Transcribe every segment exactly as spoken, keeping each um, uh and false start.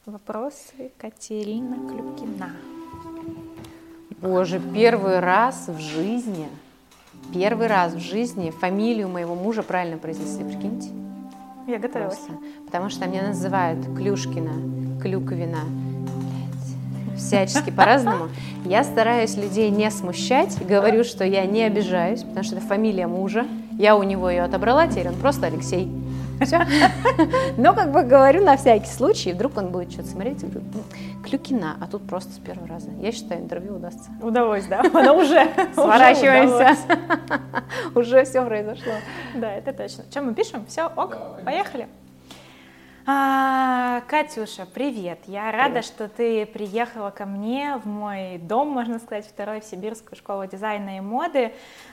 Вопросы Катерина Клюкина. Боже, первый раз в жизни, первый раз в жизни фамилию моего мужа правильно произнесли, прикиньте. Я готовилась. Просто. Потому что меня называют Клюшкина, Клюковина, блядь, всячески по-разному. Я стараюсь людей не смущать, говорю, что я не обижаюсь, потому что это фамилия мужа. Я у него ее отобрала, теперь он просто Алексей. Все. Но как бы говорю на всякий случай, вдруг он будет что-то смотреть и говорю, Клюкина, а тут просто с первого раза. Я считаю, интервью удастся. Удалось, да? Оно уже. Сворачиваемся. Уже все произошло. Да, это точно. Чем мы пишем? Все, ок, поехали. А, Катюша, привет. Я рада, Привет. что ты приехала ко мне в мой дом, можно сказать, второй в Сибирскую школу дизайна и моды.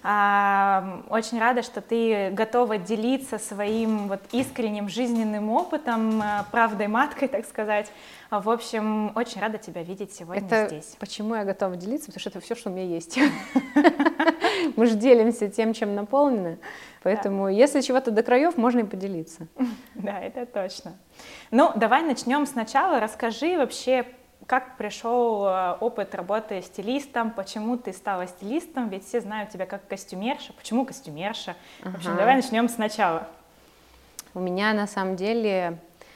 А, очень рада, что ты готова делиться своим вот искренним жизненным опытом, правдой маткой, так сказать. В общем, очень рада тебя видеть сегодня это здесь. Почему я готова делиться? Потому что это все, что у меня есть. Мы же делимся тем, чем наполнены. Поэтому, да. Если чего-то до краев, можно и поделиться. Да, это точно. Ну, давай начнем сначала. Расскажи вообще, как пришел опыт работы стилистом, почему ты стала стилистом, ведь все знают тебя как костюмерша. Почему костюмерша? В общем, ага. Давай начнем сначала. У меня на самом деле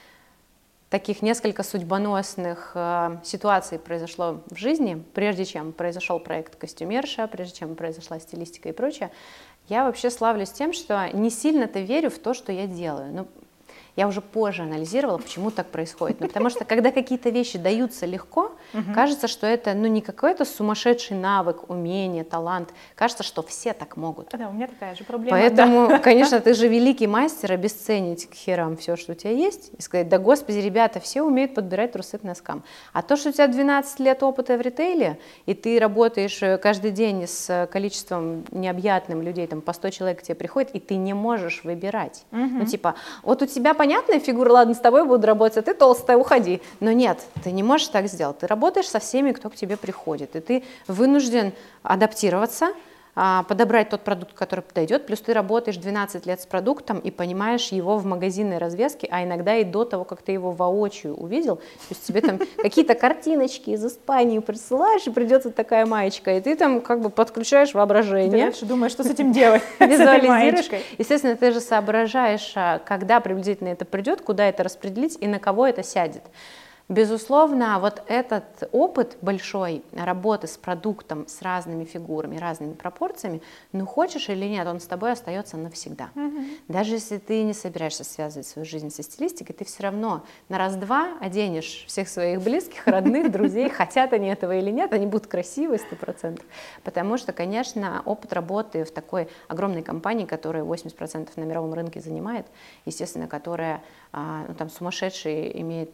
таких несколько судьбоносных э, ситуаций произошло в жизни, прежде чем произошел проект «Костюмерша», прежде чем произошла стилистика и прочее. Я вообще славлюсь тем, что не сильно-то верю в то, что я делаю. Ну, я уже позже анализировала, почему так происходит. Ну, потому что когда какие-то вещи даются легко, uh-huh. кажется, что это ну, не какой-то сумасшедший навык, умение, талант. Кажется, что все так могут. Да, у меня такая же проблема. Поэтому, да. конечно, ты же великий мастер обесценить к херам все, что у тебя есть, и сказать, да господи, ребята, все умеют подбирать трусы к носкам. А то, что у тебя двенадцать лет опыта в ритейле, и ты работаешь каждый день с количеством необъятным людей, там по сто человек к тебе приходит, и ты не можешь выбирать. Uh-huh. Ну типа, вот у тебя понятная фигура, ладно, с тобой буду работать, а ты толстая, уходи. Но нет, ты не можешь так сделать. Ты работаешь со всеми, кто к тебе приходит, и ты вынужден адаптироваться, подобрать тот продукт, который подойдет, плюс ты работаешь двенадцать лет с продуктом и понимаешь его в магазинной развеске, а иногда и до того, как ты его воочию увидел, то есть тебе там какие-то картиночки из Испании присылаешь, и придет вот такая маечка, и ты там как бы подключаешь воображение. Ты дальше думаешь, что с этим делать, визуализируешь. Естественно, ты же соображаешь, когда приблизительно это придет, куда это распределить и на кого это сядет. Безусловно, вот этот опыт большой работы с продуктом, с разными фигурами, разными пропорциями, ну хочешь или нет, он с тобой остается навсегда. Mm-hmm. Даже если ты не собираешься связывать свою жизнь со стилистикой, ты все равно на раз-два оденешь всех своих близких, родных, друзей, хотят они этого или нет, они будут красивые сто процентов. Потому что, конечно, опыт работы в такой огромной компании, которая восемьдесят процентов на мировом рынке занимает, естественно, которая ну, там сумасшедший имеет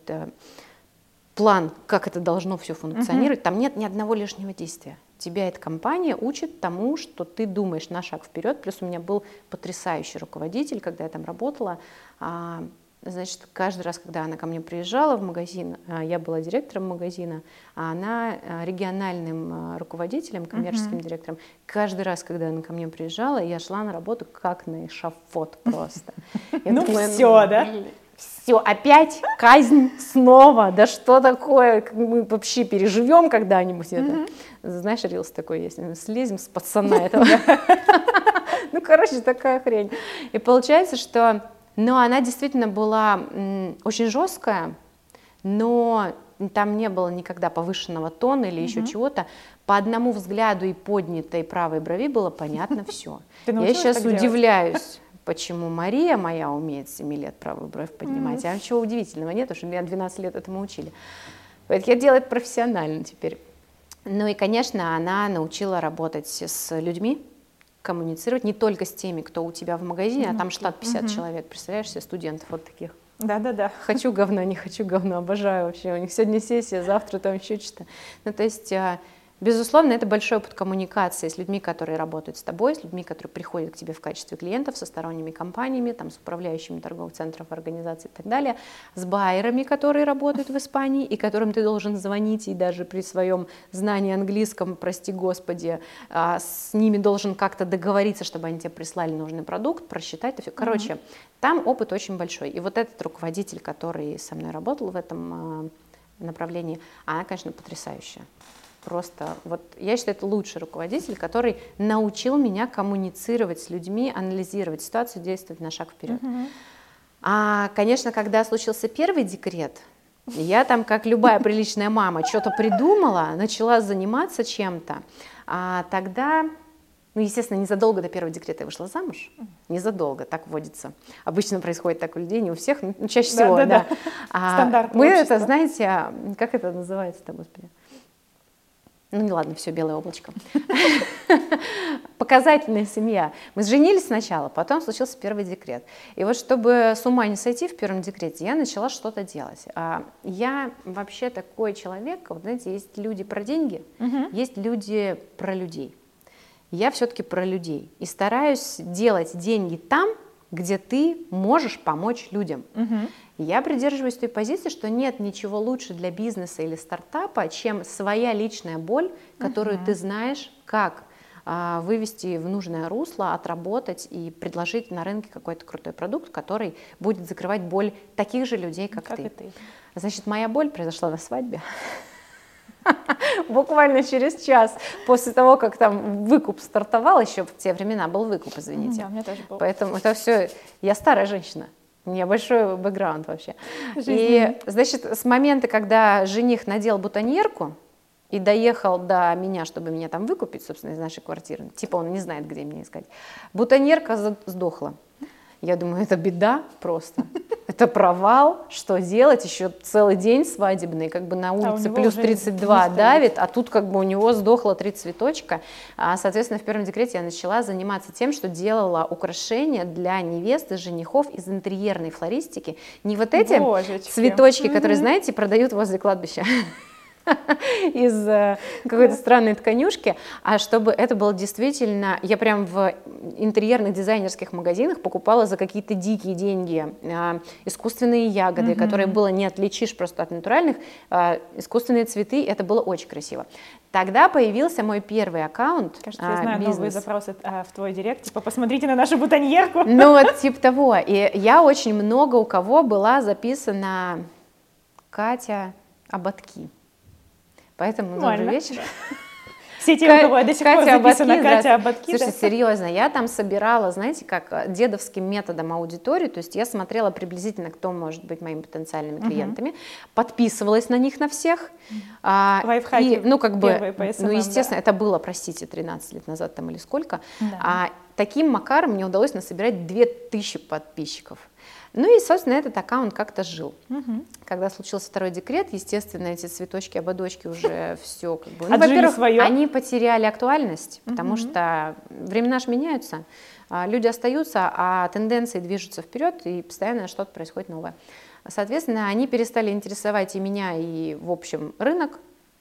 план, как это должно все функционировать, uh-huh. там нет ни одного лишнего действия. Тебя эта компания учит тому, что ты думаешь на шаг вперед. Плюс у меня был потрясающий руководитель, когда я там работала. А, значит, каждый раз, когда она ко мне приезжала в магазин, а, я была директором магазина, а она региональным руководителем, коммерческим uh-huh. директором. Каждый раз, когда она ко мне приезжала, я шла на работу как на эшафот просто. Ну все, да? Все, опять казнь снова, да что такое, мы вообще переживем когда-нибудь это. Знаешь, рилс такой есть, слезем с пацана этого. Ну, короче, такая хрень. И получается, что, ну, она действительно была очень жесткая, но там не было никогда повышенного тона или еще чего-то. По одному взгляду и поднятой правой брови было понятно все. Я сейчас удивляюсь. Почему Мария моя умеет с семи лет правую бровь поднимать, mm-hmm. а ничего удивительного нет, потому что меня двенадцать лет этому учили. Поэтому я делаю это профессионально теперь. Ну и, конечно, она научила работать с людьми, коммуницировать не только с теми, кто у тебя в магазине, mm-hmm. а там штат пятьдесят mm-hmm. человек, представляешь себе, студентов вот таких. Да-да-да. Хочу говно, не хочу говно, обожаю вообще. У них сегодня сессия, завтра там еще что-то. Ну то есть... Безусловно, это большой опыт коммуникации с людьми, которые работают с тобой, с людьми, которые приходят к тебе в качестве клиентов, со сторонними компаниями, там, с управляющими торговых центров, организаций и так далее, с байерами, которые работают в Испании и которым ты должен звонить, и даже при своем знании английском, прости господи, с ними должен как-то договориться, чтобы они тебе прислали нужный продукт, просчитать это все. Короче, mm-hmm. там опыт очень большой. И вот этот руководитель, который со мной работал в этом направлении, она, конечно, потрясающая. Просто вот я считаю, это лучший руководитель, который научил меня коммуницировать с людьми, анализировать ситуацию, действовать на шаг вперед. Uh-huh. А, конечно, когда случился первый декрет, я там, как любая приличная мама, что-то придумала, начала заниматься чем-то, а тогда, ну, естественно, незадолго до первого декрета я вышла замуж, незадолго, так водится. Обычно происходит так у людей, не у всех, ну, чаще всего, да. да. да. А Стандарт мы общества. это, знаете, как это называется-то, господи? Ну, не ладно, все, белое облачко. Показательная семья. Мы сженились сначала, потом случился первый декрет. И вот чтобы с ума не сойти в первом декрете, я начала что-то делать. Я вообще такой человек, вот знаете, есть люди про деньги, угу. есть люди про людей. Я все-таки про людей. И стараюсь делать деньги там, где ты можешь помочь людям. Угу. Я придерживаюсь той позиции, что нет ничего лучше для бизнеса или стартапа, чем своя личная боль, которую uh-huh. ты знаешь, как а, вывести в нужное русло, отработать и предложить на рынке какой-то крутой продукт, который будет закрывать боль таких же людей, как, как ты. ты. Значит, моя боль произошла на свадьбе. Буквально через час после того, как там выкуп стартовал, еще в те времена был выкуп, извините. Да, у меня тоже был. Поэтому это все, я старая женщина. У меня большой бэкграунд вообще. И, значит, с момента, когда жених надел бутоньерку и доехал до меня, чтобы меня там выкупить, собственно, из нашей квартиры, типа он не знает, где меня искать, бутоньерка сдохла. Я думаю, это беда просто. Это провал, что делать, еще целый день свадебный, как бы на улице а плюс тридцать два давит, а тут как бы у него сдохло три цветочка. А, соответственно, в первом декрете я начала заниматься тем, что делала украшения для невест и женихов из интерьерной флористики. Не вот эти Божечки. Цветочки, которые, знаете, продают возле кладбища. из какой-то странной тканюшки, а чтобы это было действительно, я прям в интерьерных дизайнерских магазинах покупала за какие-то дикие деньги э, искусственные ягоды, mm-hmm. которые было не отличишь просто от натуральных, э, искусственные цветы, это было очень красиво. Тогда появился мой первый аккаунт. Кажется, я знаю бизнес. Новые запросы а, в твой директ, типа, посмотрите на нашу бутоньерку. Ну вот, типа того. И я очень много у кого была записана Катя Ободки. Поэтому добрый вечер. Все те, у кого я до сих пор записана Катя Ободки. Слушайте, серьезно, я там собирала, знаете, как дедовским методом аудиторию, то есть я смотрела приблизительно, кто может быть моими потенциальными клиентами, подписывалась на них на всех. Лайфхаки. Ну, как бы, ну, естественно, это было, простите, тринадцать лет назад там или сколько. А таким макаром мне удалось насобирать две тысячи подписчиков. Ну и, собственно, этот аккаунт как-то жил. Угу. Когда случился второй декрет, естественно, эти цветочки, ободочки уже все как бы... Ну, во-первых, свое. Они потеряли актуальность, потому угу. что времена же меняются, люди остаются, а тенденции движутся вперед, и постоянно что-то происходит новое. Соответственно, они перестали интересовать и меня, и, в общем, рынок,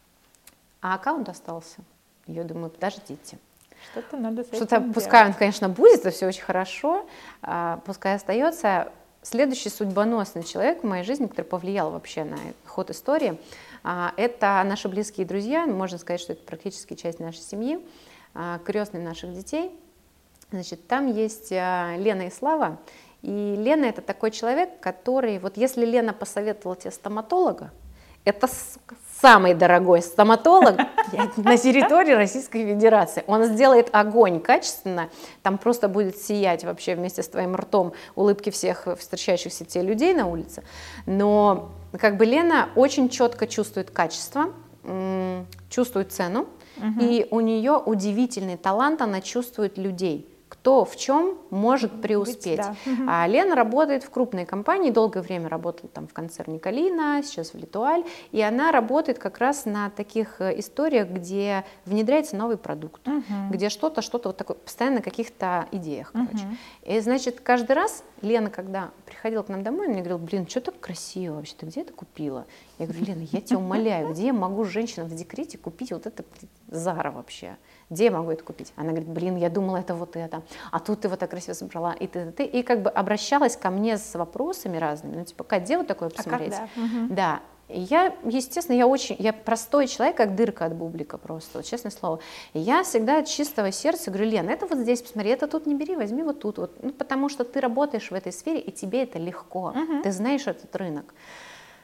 а аккаунт остался. Я думаю, подождите. Что-то надо с этим Что-то, делать. пускай он, конечно, будет, это все очень хорошо, пускай остается. Следующий судьбоносный человек в моей жизни, который повлиял вообще на ход истории, это наши близкие друзья, можно сказать, что это практически часть нашей семьи, крестные наших детей. Значит, там есть Лена и Слава, и Лена — это такой человек, который, вот если Лена посоветовала тебе стоматолога, это самый дорогой стоматолог на территории Российской Федерации. Он сделает огонь качественно, там просто будет сиять вообще вместе с твоим ртом улыбки всех встречающихся тебе людей на улице. Но как бы Лена очень четко чувствует качество, чувствует цену, угу. и у нее удивительный талант, она чувствует людей. Кто в чем может преуспеть. Да. А Лена работает в крупной компании, долгое время работала там в концерне Калина, сейчас в Литуаль, и она работает как раз на таких историях, где внедряется новый продукт, uh-huh. где что-то, что-то вот такое, постоянно на каких-то идеях, короче. Uh-huh. И, значит, каждый раз Лена, когда приходила к нам домой, мне говорила: блин, что так красиво вообще, ты где это купила? Я говорю: Лена, я тебя умоляю, где я могу женщинам в декрете купить вот это Зара вообще? Где я могу это купить? Она говорит: блин, я думала, это вот это, а тут ты вот так красиво собрала, и ты, ты, и как бы обращалась ко мне с вопросами разными, ну типа, Кать, где вот такое посмотреть? А как, да? Угу. Да. И я, естественно, я очень, я простой человек, как дырка от бублика просто, вот, честное слово. И я всегда от чистого сердца говорю: Лен, это вот здесь посмотри, это тут не бери, возьми вот тут вот, ну потому что ты работаешь в этой сфере, и тебе это легко, угу. ты знаешь этот рынок.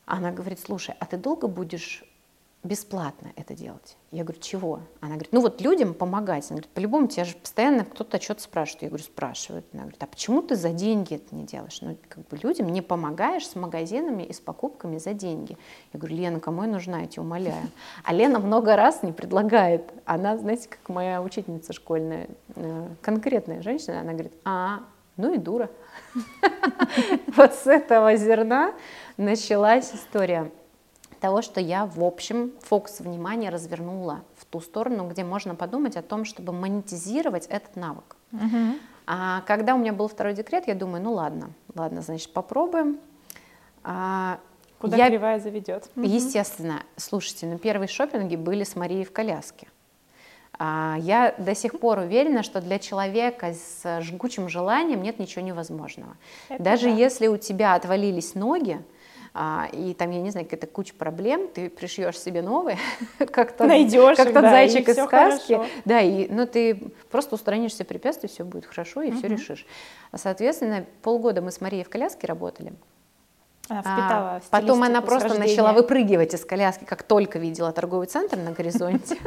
Она говорит, слушай, а ты долго будешь бесплатно это делать? Я говорю, чего? Она говорит, ну вот людям помогать. Она говорит, по-любому тебя же постоянно кто-то что-то спрашивает. Я говорю, спрашивают. Она говорит, а почему ты за деньги это не делаешь? Ну, как бы людям не помогаешь с магазинами и с покупками за деньги. Я говорю, Лена, кому я нужна, я тебя умоляю. А Лена много раз не предлагает. Она, знаете, как моя учительница школьная, конкретная женщина, она говорит, а, ну и дура. Вот с этого зерна началась история того, что я, в общем, фокус внимания развернула в ту сторону, где можно подумать о том, чтобы монетизировать этот навык. Uh-huh. А когда у меня был второй декрет, я думаю, ну ладно, ладно, значит, попробуем. А, Куда я, кривая заведет. Uh-huh. Естественно, слушайте, ну первые шопинги были с Марией в коляске. А, я до сих пор уверена, что для человека с жгучим желанием нет ничего невозможного. Это Даже да. если у тебя отвалились ноги, А, и там, я не знаю, какая-то куча проблем, ты пришьешь себе новые, как тот, найдешь как их, тот да, зайчик и из сказки. Хорошо. Да, и, ну, ты просто устранишь все препятствия, все будет хорошо, и uh-huh. все решишь. Соответственно, полгода мы с Марией в коляске работали. Она впитала а, потом она просто рождения. начала выпрыгивать из коляски, как только видела торговый центр на горизонте.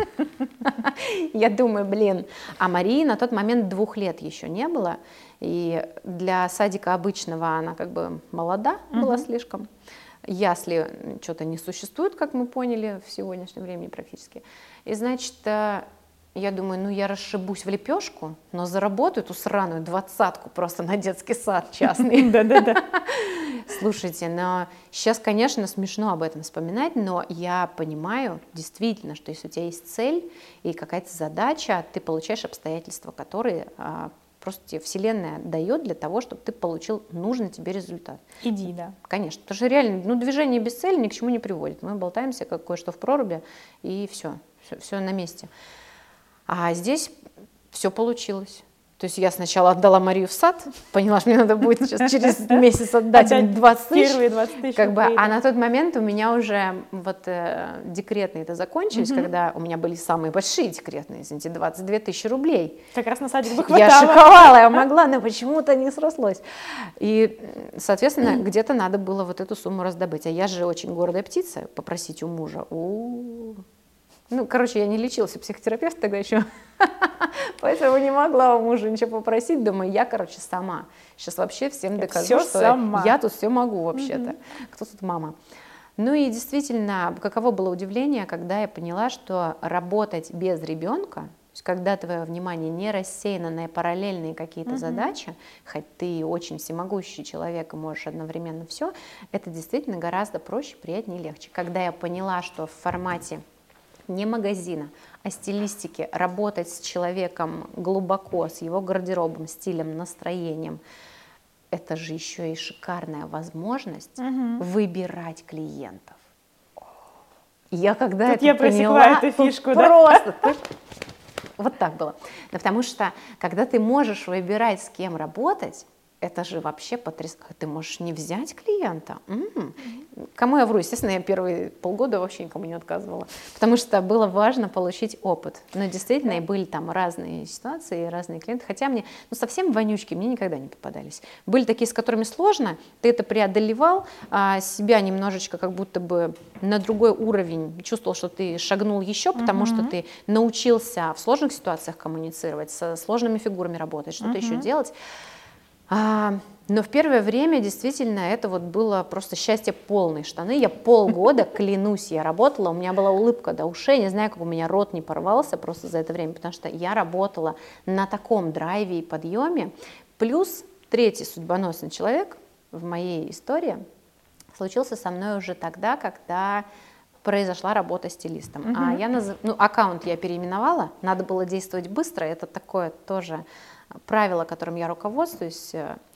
Я думаю, блин, а Марии на тот момент двух лет еще не было, и для садика обычного она как бы молода была слишком. Ясли что-то не существует, как мы поняли в сегодняшнем времени практически. И, значит, я думаю, ну я расшибусь в лепешку, но заработаю эту сраную двадцатку просто на детский сад частный. Да-да-да. Слушайте, но сейчас, конечно, смешно об этом вспоминать, но я понимаю действительно, что если у тебя есть цель и какая-то задача, ты получаешь обстоятельства, которые просто тебе Вселенная дает для того, чтобы ты получил нужный тебе результат. Иди, да. Конечно, потому что реально, ну, движение без цели ни к чему не приводит. Мы болтаемся, как кое-что в проруби, и все, все, все на месте. А здесь все получилось. То есть я сначала отдала Марию в сад, поняла, что мне надо будет сейчас через месяц отдать им двадцать тысяч. Первые двадцать тысяч. Как бы, а на тот момент у меня уже вот э, декретные это закончились, угу. когда у меня были самые большие декретные, извините, двадцать две тысячи рублей. Как раз на садик бы хватало. Я шиковала, я могла, но почему-то не срослось. И, соответственно, где-то надо было вот эту сумму раздобыть. А я же очень гордая птица, попросить у мужа. У-у-у. Ну, короче, я не лечился, психотерапевт тогда еще, поэтому не могла у мужа ничего попросить. Думаю, я, короче, сама. Сейчас вообще всем докажу, все что сама. Я тут все могу вообще-то. Mm-hmm. Кто тут мама? Ну и действительно, каково было удивление, когда я поняла, что работать без ребенка, то есть когда твое внимание не рассеяно на параллельные какие-то mm-hmm. задачи, хоть ты очень всемогущий человек и можешь одновременно все, это действительно гораздо проще, приятнее и легче. Когда я поняла, что в формате не магазина, а стилистики, работать с человеком глубоко, с его гардеробом, стилем, настроением, это же еще и шикарная возможность угу. выбирать клиентов. Я когда Тут это я поняла, эту фишку, просто да? Вот так было. Да, потому что когда ты можешь выбирать, с кем работать, это же вообще потрясающе. Ты можешь не взять клиента. М-м. Кому я вру? Естественно, я первые полгода вообще никому не отказывала, потому что было важно получить опыт. Но действительно, и были там разные ситуации, разные клиенты. Хотя мне, ну, совсем вонючки мне никогда не попадались. Были такие, с которыми сложно, ты это преодолевал, а себя немножечко как будто бы на другой уровень, чувствовал, что ты шагнул еще, потому uh-huh. что ты научился в сложных ситуациях коммуницировать, со сложными фигурами работать, что-то uh-huh. еще делать. А, но в первое время действительно это вот было просто счастье полной штаны. Я полгода, клянусь, я работала, у меня была улыбка до ушей, не знаю, как у меня рот не порвался просто за это время, потому что я работала на таком драйве и подъеме. Плюс третий судьбоносный человек в моей истории случился со мной уже тогда, когда произошла работа стилистом. Uh-huh. А я назов... ну, аккаунт я переименовала, надо было действовать быстро, это такое тоже правило, которым я руководствуюсь.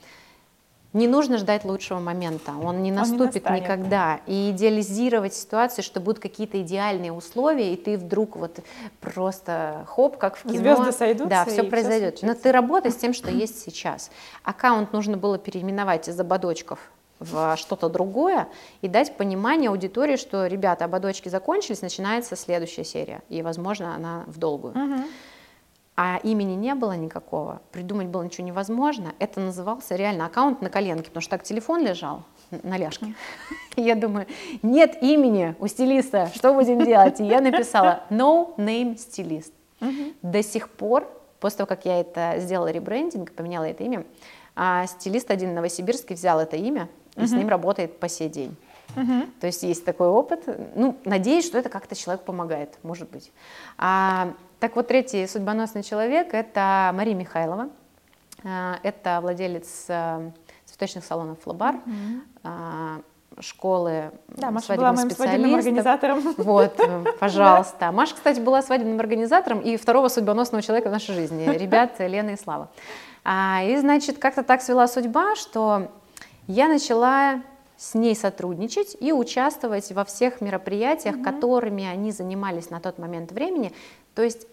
Не нужно ждать лучшего момента, он не наступит он не никогда. И идеализировать ситуацию, что будут какие-то идеальные условия, и ты вдруг вот просто хоп, как в кино. Звезды сойдутся, да, все и произойдет. Все Но ты работай с тем, что есть сейчас. Аккаунт нужно было переименовать из ободочков в что-то другое и дать понимание аудитории, что, ребята, ободочки закончились, начинается следующая серия, и, возможно, она в долгую. Угу. А имени не было никакого, придумать было ничего невозможно. Это назывался реально аккаунт на коленке, потому что так телефон лежал, на ляжке. Я думаю, нет имени у стилиста, что будем делать? И я написала no name стилист. До сих пор, после того, как я это сделала ребрендинг, поменяла это имя, стилист один в Новосибирске взял это имя и uh-huh. с ним работает по сей день. Uh-huh. То есть есть такой опыт. Ну, надеюсь, что это как-то человеку помогает, может быть. А, так вот, третий судьбоносный человек – это Мария Михайлова. А, это владелец а, цветочных салонов «Флобар», uh-huh. а, школы да, Маша была моим свадебным организатором. Вот, пожалуйста. Да. Маша, кстати, была свадебным организатором и второго судьбоносного человека в нашей жизни. Ребят, Лена и Слава. А, и, значит, как-то так свела судьба, что я начала с ней сотрудничать и участвовать во всех мероприятиях, угу. которыми они занимались на тот момент времени. То есть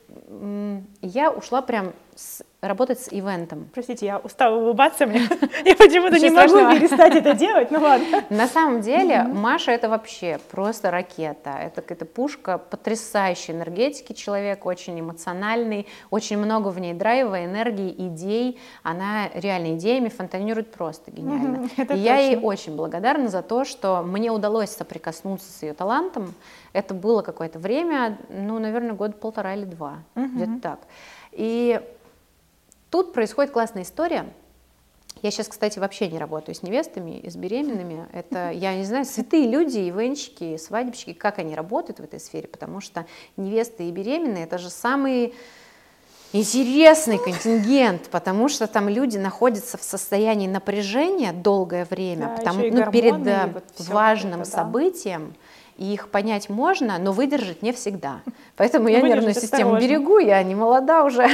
я ушла прям с, работать с ивентом. Простите, я устала улыбаться, мне я почему-то не могу перестать это делать, ну ладно. На самом деле Маша это вообще просто ракета, это какая-то пушка потрясающей энергетики человек, очень эмоциональный, очень много в ней драйва, энергии, идей, она реально идеями фонтанирует просто гениально. И я ей очень благодарна за то, что мне удалось соприкоснуться с ее талантом. Это было какое-то время, ну, наверное, год полтора или два, uh-huh. где-то так. И тут происходит классная история. Я сейчас, кстати, вообще не работаю с невестами и с беременными. Это, я не знаю, святые люди, ивенщики, свадебщики, как они работают в этой сфере, потому что невесты и беременные – это же самый интересный контингент, потому что там люди находятся в состоянии напряжения долгое время, да, потому, ну, перед вот важным это, да. событием. И их понять можно, но выдержать не всегда. Поэтому я нервную систему берегу, я не молода уже.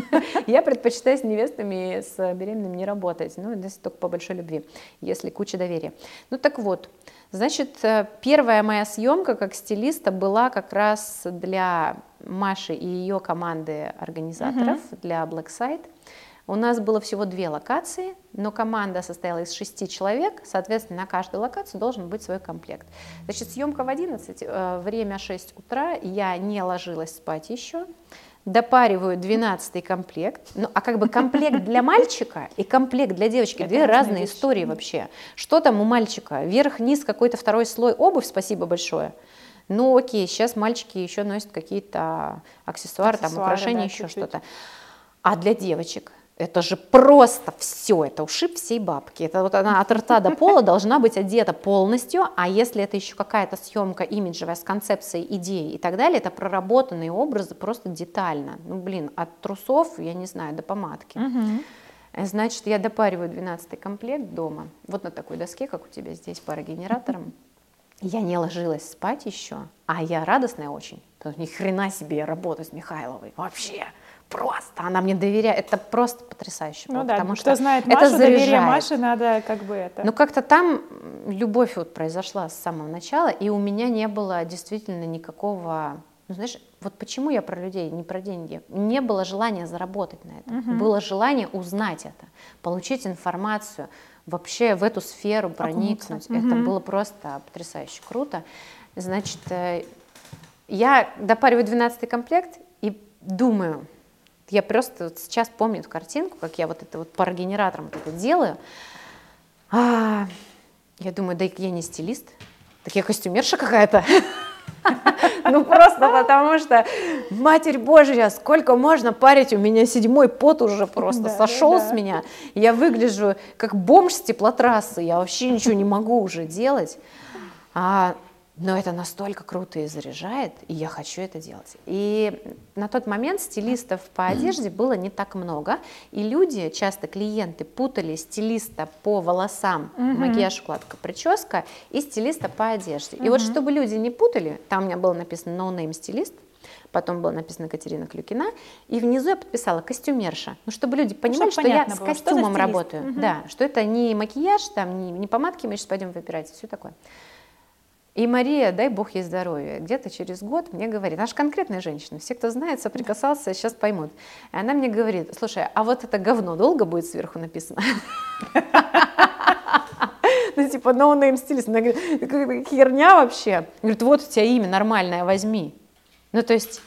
Я предпочитаю с невестами, с беременными не работать. Ну, если только по большой любви, если куча доверия. Ну, так вот, значит, первая моя съемка как стилиста была как раз для Маши и ее команды организаторов, для Blackside. У нас было всего две локации, но команда состояла из шести человек, соответственно, на каждую локацию должен быть свой комплект. Значит, съемка в одиннадцать, время шесть утра, я не ложилась спать еще, допариваю двенадцатый комплект, ну, а как бы комплект для мальчика и комплект для девочки, две разные истории вообще. Что там у мальчика? Вверх-вниз какой-то второй слой обувь, спасибо большое. Ну окей, сейчас мальчики еще носят какие-то аксессуары, аксессуары там, украшения, да, еще чуть-чуть. Что-то. А для девочек? Это же просто все, это ушиб всей бабки. Это вот она от рта до пола должна быть одета полностью, а если это еще какая-то съемка имиджевая с концепцией, идеей и так далее, это проработанные образы просто детально. Ну, блин, от трусов, я не знаю, до помадки. Угу. Значит, я допариваю двенадцатый комплект дома, вот на такой доске, как у тебя здесь, парогенератором. Я не ложилась спать еще, а я радостная очень. Ни хрена себе я работаю с Михайловой, вообще. Просто она мне доверяет, это просто потрясающе. Ну было, да, потому кто что знает это Машу, заряжает. Доверие Маши надо как бы это. Ну как-то там любовь вот произошла с самого начала, и у меня не было действительно никакого, ну знаешь, вот почему я про людей, не про деньги, не было желания заработать на это, угу. было желание узнать это, получить информацию, вообще в эту сферу проникнуть, угу. это было просто потрясающе круто. Значит, я допариваю двенадцатый комплект и думаю, я просто вот сейчас помню эту картинку, как я вот это вот парогенератором вот это делаю. А, я думаю, да я не стилист, так я костюмерша какая-то. Ну просто потому что, Матерь Божья, сколько можно парить, у меня седьмой пот уже просто сошел с меня. Я выгляжу как бомж с теплотрассы, я вообще ничего не могу уже делать. Но это настолько круто и заряжает, и я хочу это делать. И на тот момент стилистов по одежде было не так много, и люди, часто клиенты, путали стилиста по волосам, uh-huh. макияж, укладка, прическа, и стилиста по одежде. Uh-huh. И вот чтобы люди не путали, там у меня было написано no name стилист, потом было написано Катерина Клюкина, и внизу я подписала костюмерша, ну, чтобы люди понимали, что я с было, костюмом работаю, uh-huh. да, что это не макияж, там, не, не помадки, мы сейчас пойдем выбирать, все такое. И Мария, дай бог ей здоровья, где-то через год мне говорит, она же конкретная женщина, все, кто знает, соприкасался, сейчас поймут. И она мне говорит, слушай, а вот это говно долго будет сверху написано? Ну, типа, no name стилист. Она говорит, херня вообще. Говорит, вот у тебя имя нормальное, возьми. Ну, то есть,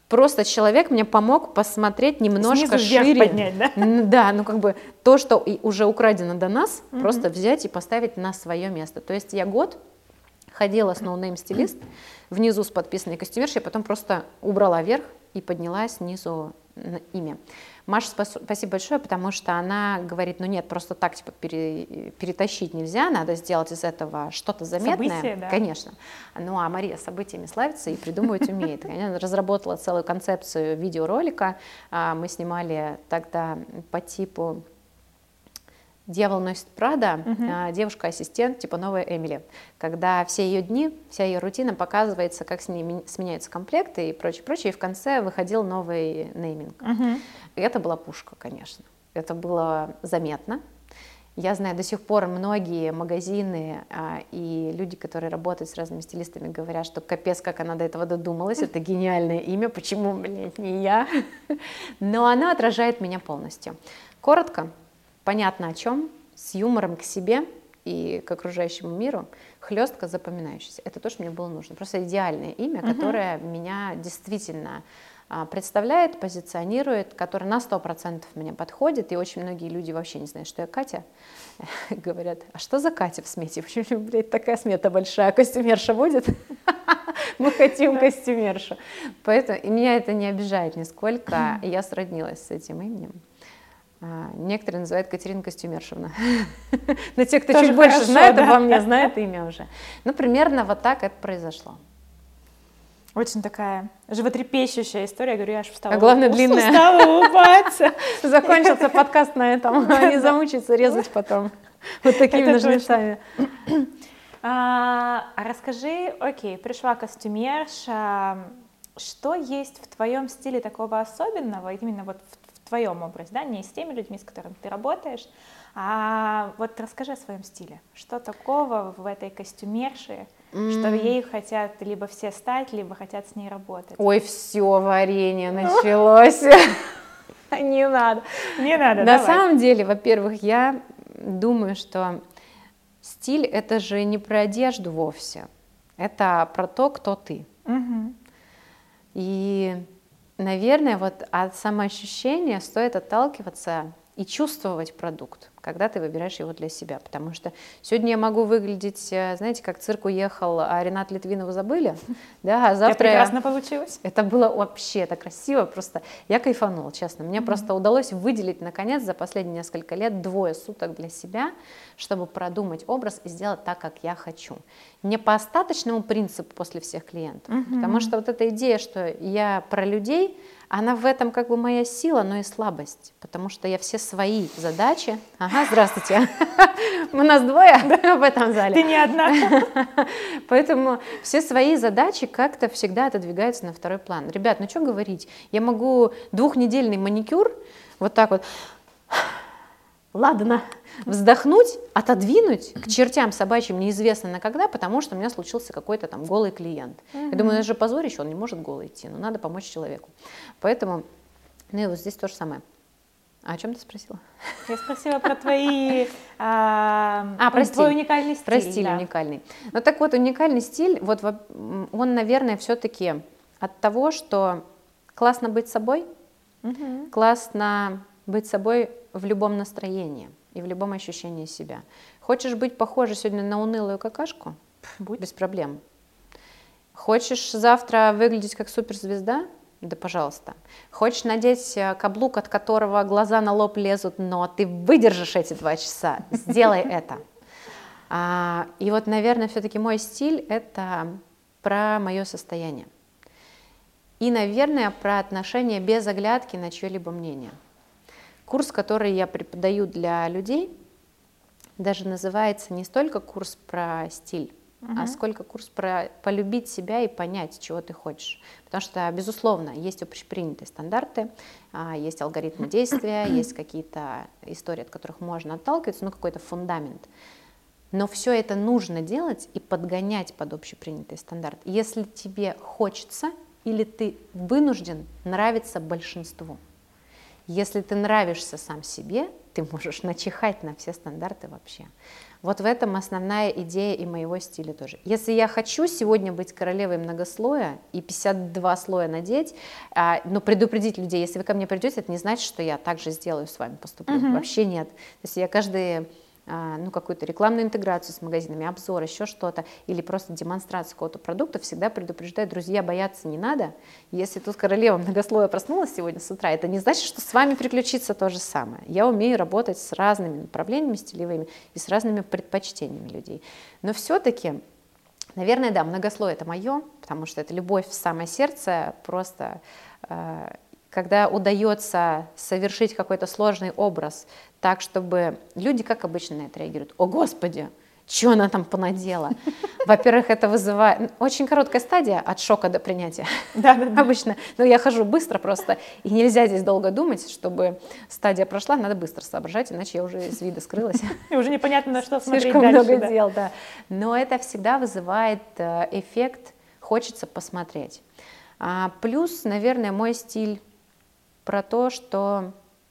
просто человек мне помог посмотреть немножко снизу вверх шире. Поднять, да? Да, ну как бы то, что уже украдено до нас, Мгм. просто взять и поставить на свое место. То есть я год ходила с ноунейм-стилист, внизу с подписанной костюмершей, потом просто убрала вверх и подняла снизу имя. Маша, спасибо большое, потому что она говорит, ну нет, просто так типа пере, перетащить нельзя, надо сделать из этого что-то заметное. Событие, да. Конечно. Ну а Мария событиями славится и придумывать умеет. Она разработала целую концепцию видеоролика. Мы снимали тогда по типу «Дьявол носит Прада», uh-huh. девушка-ассистент, типа новая Эмили, когда все ее дни, вся ее рутина показывается, как с ней сменяются комплекты и прочее, прочее, и в конце выходил новый нейминг. Uh-huh. И это была пушка, конечно. Это было заметно. Я знаю, до сих пор многие магазины а, и люди, которые работают с разными стилистами, говорят, что капец, как она до этого додумалась, это гениальное имя, почему, блядь, не я? Но оно отражает меня полностью. Коротко. Понятно о чем, с юмором к себе и к окружающему миру, хлестко запоминающийся. Это то, что мне было нужно. Просто идеальное имя, uh-huh. которое меня действительно а, представляет, позиционирует, которое на сто процентов мне подходит. И очень многие люди вообще не знают, что я Катя. Говорят, а что за Катя в смете? Почему, блядь, такая смета большая? Костюмерша будет? Мы хотим костюмершу. Поэтому и меня это не обижает нисколько. Я сроднилась с этим именем. Некоторые называют Катерина Костюмершевна. Но те, кто Тоже чуть больше хорошо, знает да? обо мне, знают имя уже. Ну, примерно вот так это произошло. Очень такая животрепещущая история. Я говорю, я аж встала. А главное, длинная. Устала улыбаться. Закончился подкаст на этом. Не замучиться резать потом. Вот такими ножницами. А расскажи, окей, пришла костюмерша. Что есть в твоем стиле такого особенного, именно вот в в твоем образе, да, не с теми людьми, с которыми ты работаешь, а вот расскажи о своем стиле. Что такого в этой костюмерше, mm. что ей хотят либо все стать, либо хотят с ней работать? Ой, все, варенье началось. Не надо. Не надо, На самом деле, во-первых, я думаю, что стиль — это же не про одежду вовсе, это про то, кто ты. И наверное, вот от самоощущения стоит отталкиваться и чувствовать продукт, когда ты выбираешь его для себя. Потому что сегодня я могу выглядеть, знаете, как цирк уехал, а Ренат Литвинову забыли. Да, а завтра... Это прекрасно получилось. Это было вообще так красиво, просто я кайфанула, честно. Мне mm-hmm. просто удалось выделить, наконец, за последние несколько лет двое суток для себя, чтобы продумать образ и сделать так, как я хочу. Не по остаточному принципу после всех клиентов, mm-hmm. потому что вот эта идея, что я про людей, она в этом как бы моя сила, но и слабость, потому что я все свои задачи... Ага, здравствуйте, у нас двое в этом зале. Ты не одна. Поэтому все свои задачи как-то всегда отодвигаются на второй план. Ребят, ну что говорить, я могу двухнедельный маникюр вот так вот... Ладно, вздохнуть, отодвинуть к чертям собачьим неизвестно на когда, потому что у меня случился какой-то там голый клиент. Mm-hmm. Я думаю, это же позорище, он не может голый идти, но надо помочь человеку. Поэтому, ну и вот здесь то же самое. А о чем ты спросила? Я спросила про твои, а, а, про твой уникальный стиль. Про стиль да. уникальный. Ну так вот, уникальный стиль, вот он, наверное, все-таки от того, что классно быть собой, mm-hmm. классно быть собой в любом настроении и в любом ощущении себя. Хочешь быть похожа сегодня на унылую какашку? Будь. Без проблем. Хочешь завтра выглядеть как суперзвезда? Да, пожалуйста. Хочешь надеть каблук, от которого глаза на лоб лезут, но ты выдержишь эти два часа? Сделай это. А, и вот, наверное, все-таки мой стиль — это про мое состояние. И, наверное, про отношения без оглядки на чье-либо мнение. Курс, который я преподаю для людей, даже называется не столько курс про стиль, uh-huh. а сколько курс про полюбить себя и понять, чего ты хочешь. Потому что, безусловно, есть общепринятые стандарты, есть алгоритмы действия, есть какие-то истории, от которых можно отталкиваться, ну какой-то фундамент. Но все это нужно делать и подгонять под общепринятый стандарт, если тебе хочется или ты вынужден нравиться большинству. Если ты нравишься сам себе, ты можешь начихать на все стандарты вообще. Вот в этом основная идея и моего стиля тоже. Если я хочу сегодня быть королевой многослоя и пятьдесят два слоя надеть, а, но предупредить людей, если вы ко мне придете, это не значит, что я также сделаю с вами, поступлю. Uh-huh. Вообще нет. То есть я каждый... ну, какую-то рекламную интеграцию с магазинами, обзор, еще что-то, или просто демонстрацию какого-то продукта, всегда предупреждаю, друзья, бояться не надо. Если тут королева многослоя проснулась сегодня с утра, это не значит, что с вами приключится то же самое. Я умею работать с разными направлениями стилевыми и с разными предпочтениями людей. Но все-таки, наверное, да, многослой — это мое, потому что это любовь в самое сердце, просто... когда удается совершить какой-то сложный образ так, чтобы люди, как обычно, на это реагируют. О, Господи, что она там понадела? Во-первых, это вызывает... Очень короткая стадия от шока до принятия. Да, да, да. Обычно. Но я хожу быстро просто, и нельзя здесь долго думать, чтобы стадия прошла, надо быстро соображать, иначе я уже из вида скрылась. И уже непонятно, на что смотреть дальше. Слишком много да. дел, да. Но это всегда вызывает эффект, хочется посмотреть. А плюс, наверное, мой стиль про то, что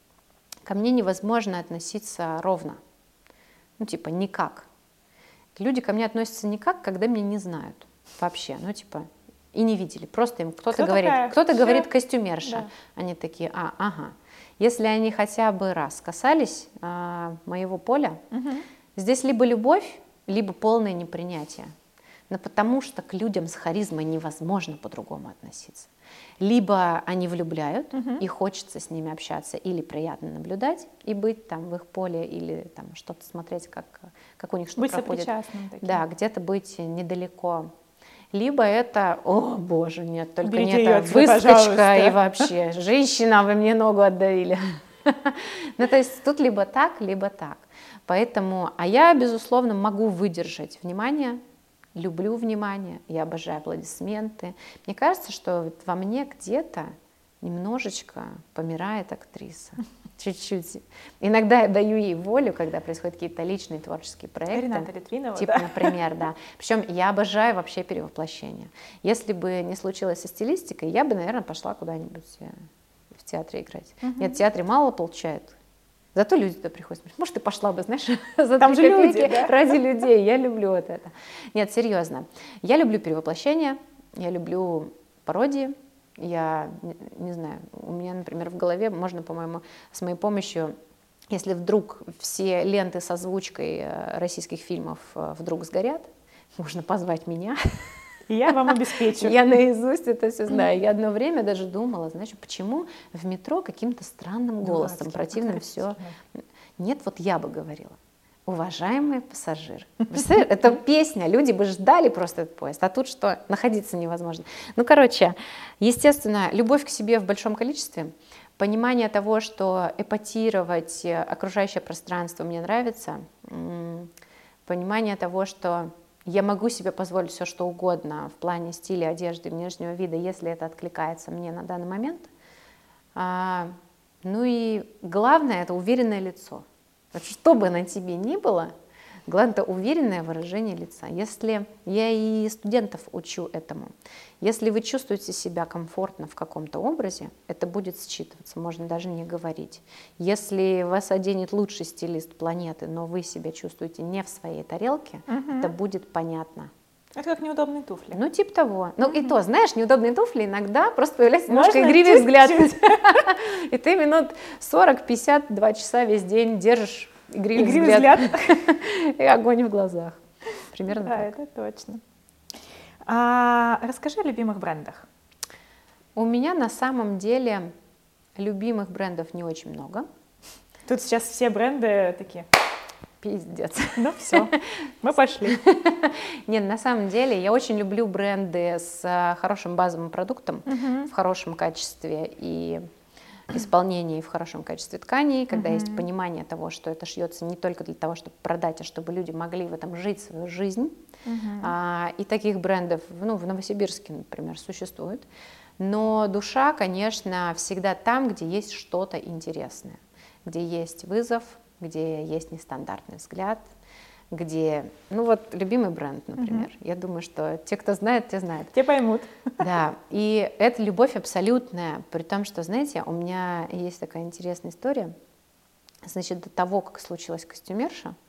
ко мне невозможно относиться ровно, ну типа никак. Люди ко мне относятся никак, когда меня не знают вообще, ну типа и не видели, просто им кто-то кто говорит, такая? кто-то Все? говорит костюмерша, да. Они такие, а, ага. Если они хотя бы раз касались а, моего поля, угу. Здесь либо любовь, либо полное непринятие. Но потому что к людям с харизмой невозможно по-другому относиться. Либо они влюбляют, угу. и хочется с ними общаться, или приятно наблюдать и быть там в их поле, или там что-то смотреть, как, как у них что быть проходит. Сопричастным таким. Да, где-то быть недалеко. Либо это, о боже, нет, только Берите не это, отсюда, выскочка пожалуйста. И вообще, женщина, вы мне ногу отдавили. Ну, то есть тут либо так, либо так. Поэтому, а я, безусловно, могу выдержать внимание, люблю внимание, я обожаю аплодисменты. Мне кажется, что во мне где-то немножечко помирает актриса. Чуть-чуть. Иногда я даю ей волю, когда происходят какие-то личные творческие проекты. Рената Литвинова, типа, да? Например, да. Причем я обожаю вообще перевоплощение. Если бы не случилось со стилистикой, я бы, наверное, пошла куда-нибудь в театре играть. Угу. Нет, в театре мало получают. Зато люди туда приходят. Может, ты пошла бы, знаешь, за Там три же копейки люди, да? Ради людей. Я люблю вот это. Нет, серьезно. Я люблю перевоплощение, я люблю пародии. Я не, не знаю, у меня, например, в голове можно, по-моему, с моей помощью, если вдруг все ленты с озвучкой российских фильмов вдруг сгорят, можно позвать меня. И я вам обеспечу. Я наизусть это все знаю. Я одно время даже думала, знаешь, почему в метро каким-то странным голосом, противным все. Нет, вот я бы говорила. Уважаемые пассажиры. Представляешь, это песня, люди бы ждали просто этот поезд, а тут что, находиться невозможно. Ну, короче, естественно, любовь к себе в большом количестве, понимание того, что эпатировать окружающее пространство мне нравится, понимание того, что я могу себе позволить все, что угодно в плане стиля, одежды, внешнего вида, если это откликается мне на данный момент. Ну и главное, это уверенное лицо. Что бы на тебе ни было, главное, это уверенное выражение лица. Если я и студентов учу этому, если вы чувствуете себя комфортно в каком-то образе, это будет считываться, можно даже не говорить. Если вас оденет лучший стилист планеты, но вы себя чувствуете не в своей тарелке, угу. это будет понятно. Это как неудобные туфли. Ну, типа того. Ну, угу. и то, знаешь, неудобные туфли иногда просто появляется Можно немножко игривый взгляд. Чуть-чуть. И ты минут сорок-пятьдесят, два часа весь день держишь игривый, игривый взгляд. взгляд. И огонь в глазах. Примерно да, так. это точно. А, расскажи о любимых брендах. У меня на самом деле любимых брендов не очень много. Тут сейчас все бренды такие... Пиздец. Ну все, мы пошли. Нет, на самом деле я очень люблю бренды с хорошим базовым продуктом, uh-huh. в хорошем качестве и исполнении, в хорошем качестве тканей, когда uh-huh. есть понимание того, что это шьется не только для того, чтобы продать, а чтобы люди могли в этом жить свою жизнь. Uh-huh. А, и таких брендов, ну, в Новосибирске, например, существует. Но душа, конечно, всегда там, где есть что-то интересное, где есть вызов, где есть нестандартный взгляд, где, ну вот, любимый бренд, например. Uh-huh. Я думаю, что те, кто знает, те знают. Те поймут. Да, и это любовь абсолютная, при том, что, знаете, у меня есть такая интересная история. Значит, до того, как случилась костюмерша,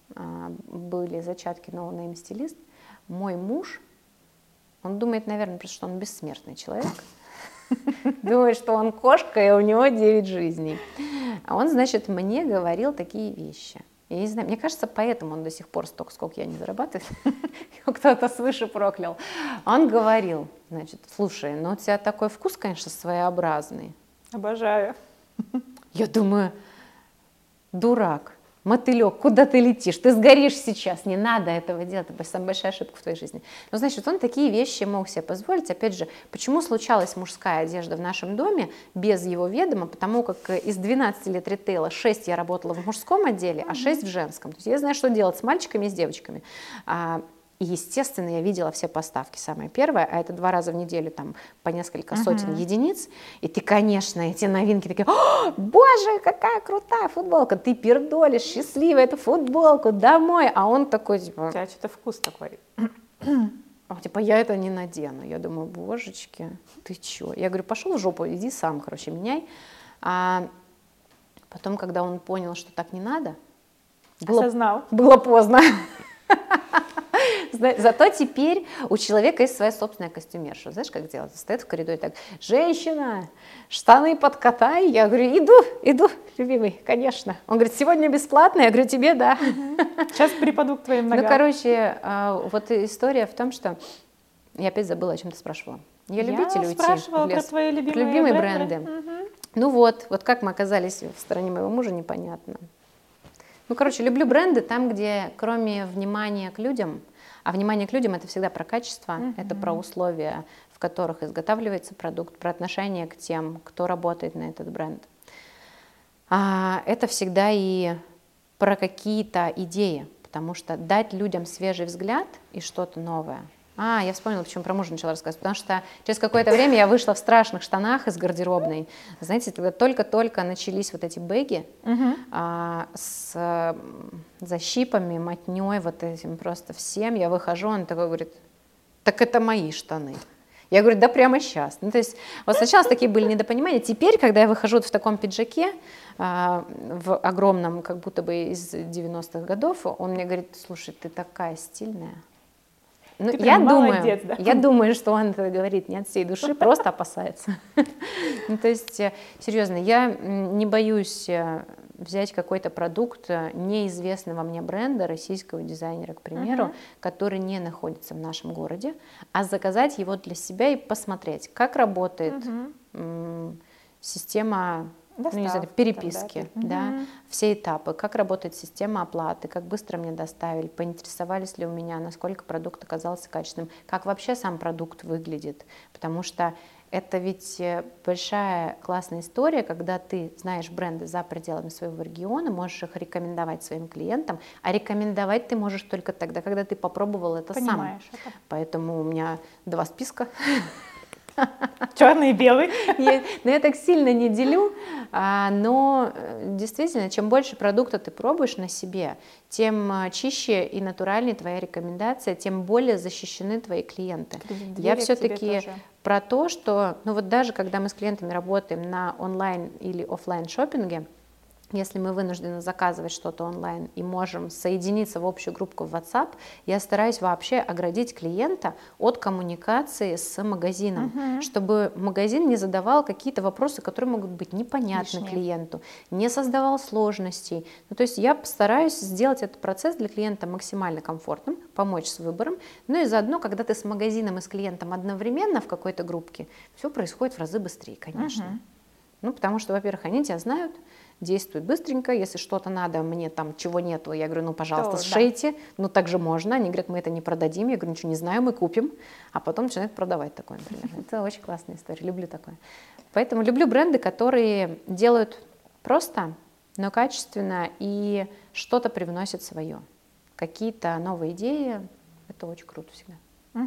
были зачатки No Name стилист, мой муж, он думает, наверное, просто что он бессмертный человек, думает, что он кошка, и у него девять жизней. А он, значит, мне говорил такие вещи. Я не знаю, мне кажется, поэтому он до сих пор столько, сколько я не зарабатывает, его кто-то свыше проклял. Он говорил, значит, слушай, ну у тебя такой вкус, конечно, своеобразный. Обожаю. Я думаю, дурак, мотылек, куда ты летишь? Ты сгоришь сейчас, не надо этого делать, это самая большая ошибка в твоей жизни. Но, значит, он такие вещи мог себе позволить. Опять же, почему случалась мужская одежда в нашем доме без его ведома? Потому как из двенадцати лет ритейла шесть я работала в мужском отделе, а шесть в женском. То есть я знаю, что делать с мальчиками и с девочками. И, естественно, я видела все поставки, самое первое, а это два раза в неделю, там, по несколько сотен uh-huh. единиц, и ты, конечно, эти новинки такие, о, боже, какая крутая футболка, ты пердолишь, счастливая, эту футболку, домой, а он такой, типа... У тебя что-то вкус такой. Типа, я это не надену, я думаю, божечки, ты чё? Я говорю, пошел в жопу, иди сам, короче, меняй. А потом, когда он понял, что так не надо, было, осознал. Было поздно. Зато теперь у человека есть своя собственная костюмерша. Знаешь, как делать? Стоит в коридоре так, женщина, штаны подкатай. Я говорю, иду, иду, любимый, конечно. Он говорит, сегодня бесплатно. Я говорю, тебе да. Сейчас припаду к твоим ногам. Ну, короче, вот история в том, что... Я опять забыла, о чем ты спрашивала. Я, я любитель уйти спрашивала про твои любимые, про любимые бренды. бренды. Угу. Ну вот, вот как мы оказались в стороне моего мужа, непонятно. Ну, короче, люблю бренды там, где кроме внимания к людям, а внимание к людям — это всегда про качество, mm-hmm. это про условия, в которых изготавливается продукт, про отношение к тем, кто работает на этот бренд. А это всегда и про какие-то идеи, потому что дать людям свежий взгляд и что-то новое. А, я вспомнила, почему про мужа начала рассказывать, потому что через какое-то время я вышла в страшных штанах из гардеробной. Знаете, когда только-только начались вот эти бэги uh-huh. а, с защипами, мотней, вот этим просто всем, я выхожу, он такой говорит, так это мои штаны. Я говорю, да прямо сейчас. Ну, то есть вот сначала такие были недопонимания, теперь, когда я выхожу вот в таком пиджаке, а, в огромном, как будто бы из девяностых годов, он мне говорит, слушай, ты такая стильная. Ну, я, молодец, думаю, да? я думаю, что он это говорит не от всей души, просто опасается. Ну, то есть, серьезно, я не боюсь взять какой-то продукт неизвестного мне бренда, российского дизайнера, к примеру, uh-huh. который не находится в нашем городе, а заказать его для себя и посмотреть, как работает uh-huh. м- система... Достав, ну, не знаю, переписки, да, да, угу. все этапы, как работает система оплаты, как быстро мне доставили, поинтересовались ли у меня, насколько продукт оказался качественным, как вообще сам продукт выглядит, потому что это ведь большая классная история, когда ты знаешь бренды за пределами своего региона, можешь их рекомендовать своим клиентам, а рекомендовать ты можешь только тогда, когда ты попробовал это Понимаешь сам. это. Поэтому у меня два списка. Черный и белый. Я, но я так сильно не делю, а, но действительно, чем больше продукта ты пробуешь на себе, тем чище и натуральнее твоя рекомендация, тем более защищены твои клиенты. Я все-таки про то, что, ну вот даже когда мы с клиентами работаем на онлайн или офлайн шопинге, если мы вынуждены заказывать что-то онлайн и можем соединиться в общую группу в WhatsApp, я стараюсь вообще оградить клиента от коммуникации с магазином, uh-huh. чтобы магазин не задавал какие-то вопросы, которые могут быть непонятны Лишнее. клиенту, не создавал сложностей. Ну, то есть я постараюсь сделать этот процесс для клиента максимально комфортным, помочь с выбором, ну и заодно, когда ты с магазином и с клиентом одновременно в какой-то группке, все происходит в разы быстрее, конечно. Uh-huh. Ну, потому что, во-первых, они тебя знают, действует быстренько, если что-то надо, мне там чего нету, я говорю, ну, пожалуйста, То, сшейте, да. ну, так же можно, они говорят, мы это не продадим, я говорю, ничего не знаю, мы купим, а потом начинают продавать такое, например. Это очень классная история, люблю такое. Поэтому люблю бренды, которые делают просто, но качественно и что-то привносят свое. Какие-то новые идеи, это очень круто всегда. Угу.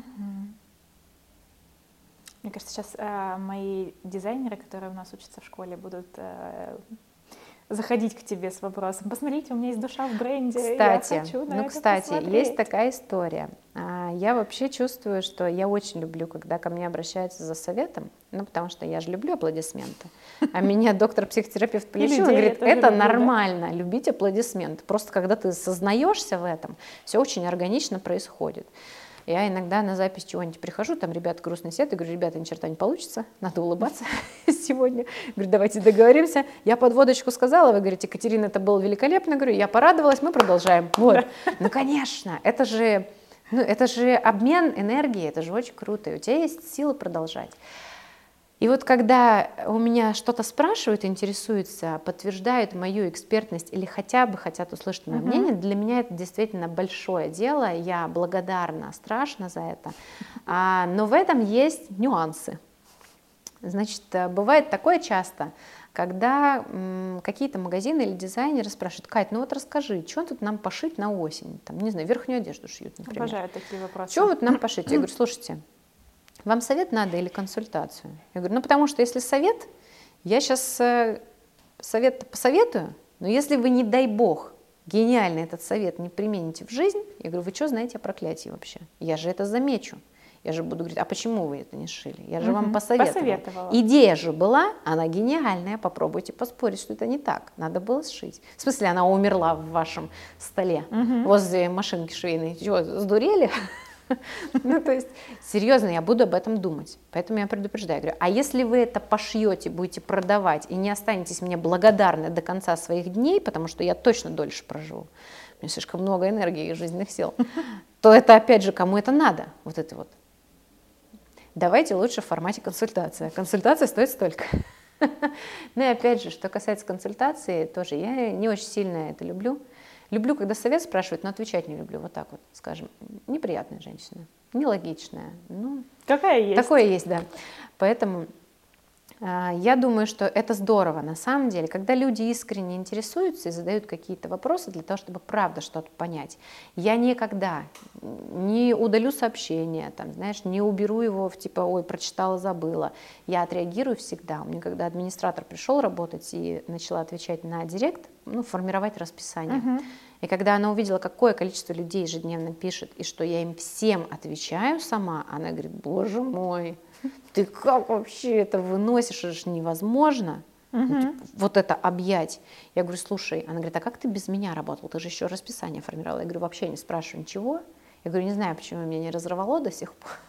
Мне кажется, сейчас э, мои дизайнеры, которые у нас учатся в школе, будут... Э, заходить к тебе с вопросом: посмотрите, у меня есть душа в бренде, Кстати, я хочу на ну, это кстати, посмотреть. есть такая история. А, Я вообще чувствую, что я очень люблю, когда ко мне обращаются за советом, ну, потому что я же люблю аплодисменты. А меня доктор-психотерапевт полечил, он людей я говорит, тоже это люблю, да. нормально, любить аплодисменты. Просто когда ты сознаешься в этом, все очень органично происходит. Я иногда на запись чего-нибудь прихожу, там ребята грустно сидят, и говорю: ребята, ни черта не получится, надо улыбаться сегодня. Говорю, давайте договоримся. Я подводочку сказала, вы говорите: Екатерина, это было великолепно. Говорю, я порадовалась, мы продолжаем. Вот. Ну, конечно, это же, ну, это же обмен энергией, это же очень круто, и у тебя есть силы продолжать. И вот когда у меня что-то спрашивают, интересуются, подтверждают мою экспертность или хотя бы хотят услышать мое uh-huh. мнение, для меня это действительно большое дело, я благодарна, страшно за это, а, но в этом есть нюансы. Значит, бывает такое часто, когда м, какие-то магазины или дизайнеры спрашивают: Кать, ну вот расскажи, что тут нам пошить на осень? Там, не знаю, верхнюю одежду шьют, например. Обожаю такие вопросы. Что вот нам пошить? Я говорю: слушайте, вам совет надо или консультацию? Я говорю, ну потому что если совет, я сейчас э, совет посоветую, но если вы, не дай бог, гениально этот совет не примените в жизнь, я говорю, вы что знаете о проклятии вообще? Я же это замечу. Я же буду говорить: а почему вы это не шили? Я же угу, вам посоветовала. посоветовала. Идея же была, она гениальная, попробуйте поспорить, что это не так. Надо было сшить. В смысле, она умерла в вашем столе угу. возле машинки швейной. Чего, сдурели? Ну, то есть, серьезно, я буду об этом думать. Поэтому я предупреждаю, говорю, а если вы это пошьете, будете продавать и не останетесь мне благодарны до конца своих дней, потому что я точно дольше проживу, у меня слишком много энергии и жизненных сил, то это, опять же, кому это надо, вот это вот. Давайте лучше в формате консультации. Консультация стоит столько. Ну и опять же, что касается консультации, тоже я не очень сильно это люблю. Люблю, когда совет спрашивают, но отвечать не люблю. Вот так вот, скажем. Неприятная женщина, нелогичная. Ну, какая есть. Такое есть, да. Поэтому э, я думаю, что это здорово на самом деле, когда люди искренне интересуются и задают какие-то вопросы для того, чтобы правда что-то понять. Я никогда не удалю сообщение, там, знаешь, не уберу его в типа, ой, прочитала, забыла. Я отреагирую всегда. У меня когда администратор пришел работать и начала отвечать на директ, ну, формировать расписание. Uh-huh. И когда она увидела, какое количество людей ежедневно пишет, и что я им всем отвечаю сама, она говорит: боже мой, ты как вообще это выносишь, это же невозможно. Uh-huh. Ну, типа, вот это объять. Я говорю: слушай, она говорит: а как ты без меня работал? Ты же еще расписание формировала. Я говорю: вообще не спрашиваю ничего. Я говорю: не знаю, почему меня не разорвало до сих пор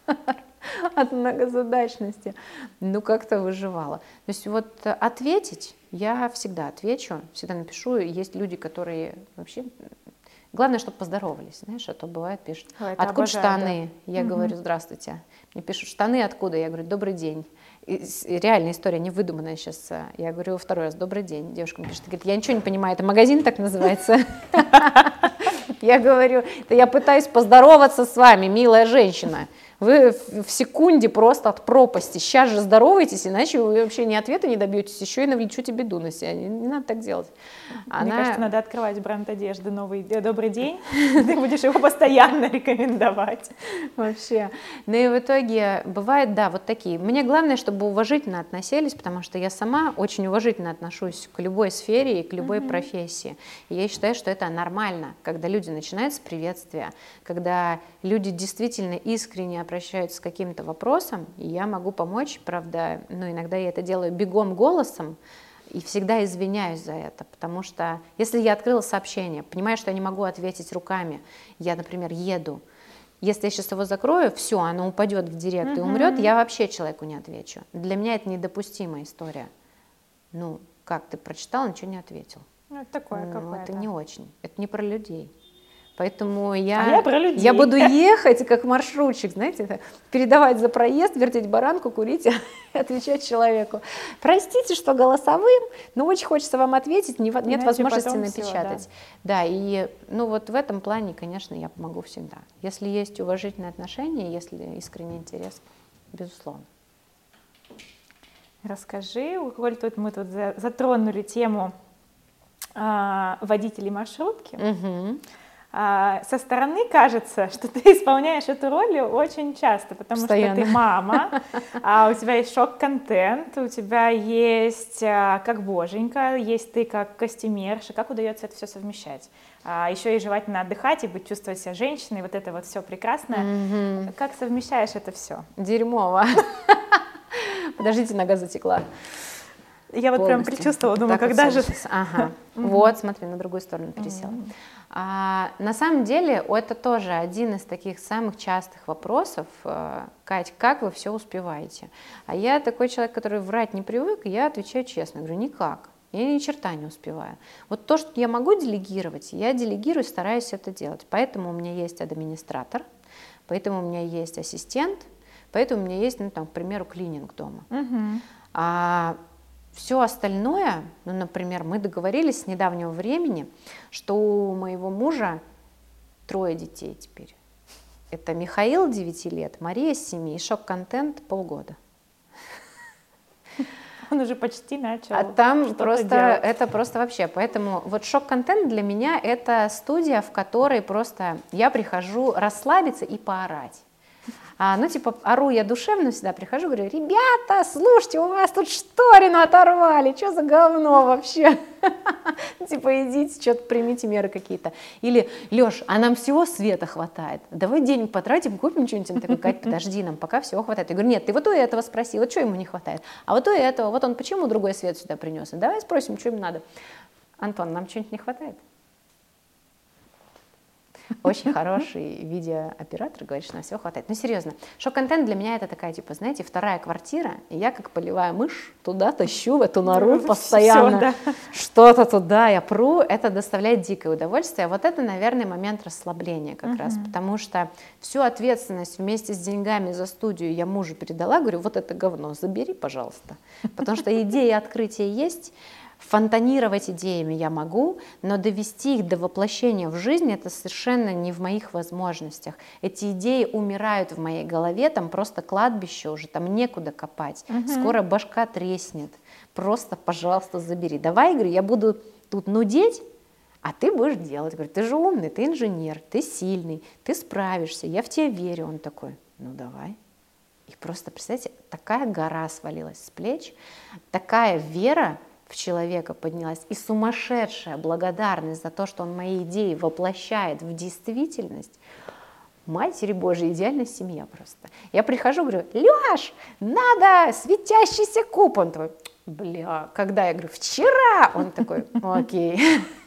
от многозадачности, ну как-то выживала. То есть вот ответить я всегда отвечу, всегда напишу. Есть люди, которые вообще... Главное, чтобы поздоровались, знаешь, а то бывает пишут: Ой, откуда обожаю, штаны? Да. Я угу. говорю: здравствуйте. Мне пишут: штаны откуда? Я говорю: добрый день. И, и реальная история, не выдуманная сейчас. Я говорю второй раз: добрый день. Девушка мне пишет, говорит: я ничего не понимаю, это магазин так называется? Я говорю: да я пытаюсь поздороваться с вами, милая женщина. Вы в секунде просто от пропасти. Сейчас же здороваетесь, иначе вы вообще ни ответа не добьетесь, еще и навлечете беду на себя. Не, не надо так делать. Мне Она... кажется, надо открывать бренд одежды новый «Добрый день». Ты будешь его постоянно рекомендовать. Вообще. Ну и в итоге бывает, да, вот такие. Мне главное, чтобы уважительно относились, потому что я сама очень уважительно отношусь к любой сфере и к любой uh-huh. профессии. И я считаю, что это нормально, когда люди начинают с приветствия, когда люди действительно искренне обращаются с каким-то вопросом, и я могу помочь, правда, ну, иногда я это делаю бегом голосом, и всегда извиняюсь за это, потому что если я открыла сообщение, понимаю, что я не могу ответить руками, я, например, еду, если я сейчас его закрою, все, оно упадет в директ uh-huh. и умрет, я вообще человеку не отвечу. Для меня это недопустимая история. Ну, как, ты прочитал, ничего не ответил. Ну, это такое ну, какое-то. Это не очень, это не про людей. Поэтому я, а я, про людей. я буду ехать как маршрутчик, знаете, передавать за проезд, вертеть баранку, курить и отвечать человеку: простите, что голосовым, но очень хочется вам ответить, не, нет Иначе возможности напечатать. Все, да. да, и ну вот в этом плане, конечно, я помогу всегда. Если есть уважительные отношения, если искренний интерес, безусловно. Расскажи, коль тут мы тут затронули тему э, водителей маршрутки, угу. а, со стороны кажется, что ты исполняешь эту роль очень часто, потому Постоянно. что ты мама, а у тебя есть шок-контент, у тебя есть а, как боженька, есть ты как костюмерша. Как удается это все совмещать? А, еще и желательно отдыхать и быть, чувствовать себя женщиной, вот это вот все прекрасное. Мгм. Как совмещаешь это все? Дерьмово. Подождите, нога затекла. Я вот прям Полностью. предчувствовала, думаю, Так вот когда же... садишься. Ага. Вот, смотри, на другую сторону пересела. А, на самом деле, это тоже один из таких самых частых вопросов. э, Кать, как вы все успеваете? А я такой человек, который врать не привык, я отвечаю честно, говорю, никак. Я ни черта не успеваю. Вот то, что я могу делегировать, я делегирую, стараюсь это делать. Поэтому у меня есть администратор, поэтому у меня есть ассистент, поэтому у меня есть, ну, там, к примеру, клининг дома. Мгм. А все остальное, ну, например, мы договорились с недавнего времени, что у моего мужа трое детей теперь. Это Михаил девяти лет, Мария семи и шок-контент полгода. Он уже почти начал А там что-то просто, делать. это просто вообще, поэтому вот шок-контент для меня это студия, в которой просто я прихожу расслабиться и поорать. А, ну, типа, ору я душевно всегда, прихожу, говорю, ребята, слушайте, у вас тут шторину оторвали, что за говно вообще? Типа, идите, что-то примите меры какие-то. Или, Леш, а нам всего света хватает, давай денег потратим, купим что-нибудь. Он такой, Кать, подожди, нам пока всего хватает. Я говорю, нет, ты вот у этого спроси, вот что ему не хватает, а вот у этого, вот он почему другой свет сюда принес, давай спросим, что им надо. Антон, нам что-нибудь не хватает? Очень хороший видеооператор говорит, что на все хватает. Ну, серьезно, шок-контент для меня это такая, типа, знаете, вторая квартира, и я, как полевая мышь, туда тащу, в эту нору постоянно. Всё, да. Что-то туда я пру, это доставляет дикое удовольствие. Вот это, наверное, момент расслабления как раз, потому что всю ответственность вместе с деньгами за студию я мужу передала, говорю, вот это говно забери, пожалуйста, потому что идея открытия есть. Фонтанировать идеями я могу, но довести их до воплощения в жизнь это совершенно не в моих возможностях. Эти идеи умирают в моей голове, там просто кладбище уже, там некуда копать. Угу. Скоро башка треснет. Просто, пожалуйста, забери. Давай, говорю, я буду тут нудеть, а ты будешь делать. Говорю, ты же умный, ты инженер, ты сильный, ты справишься, я в тебя верю. Он такой, ну давай. И просто, представьте, такая гора свалилась с плеч, такая вера в человека поднялась и сумасшедшая благодарность за то, что он мои идеи воплощает в действительность. Матери Божьей, идеальная семья просто. Я прихожу, говорю, Леш, надо светящийся куб. Он такой, бля, когда? Я говорю, вчера. Он такой, окей.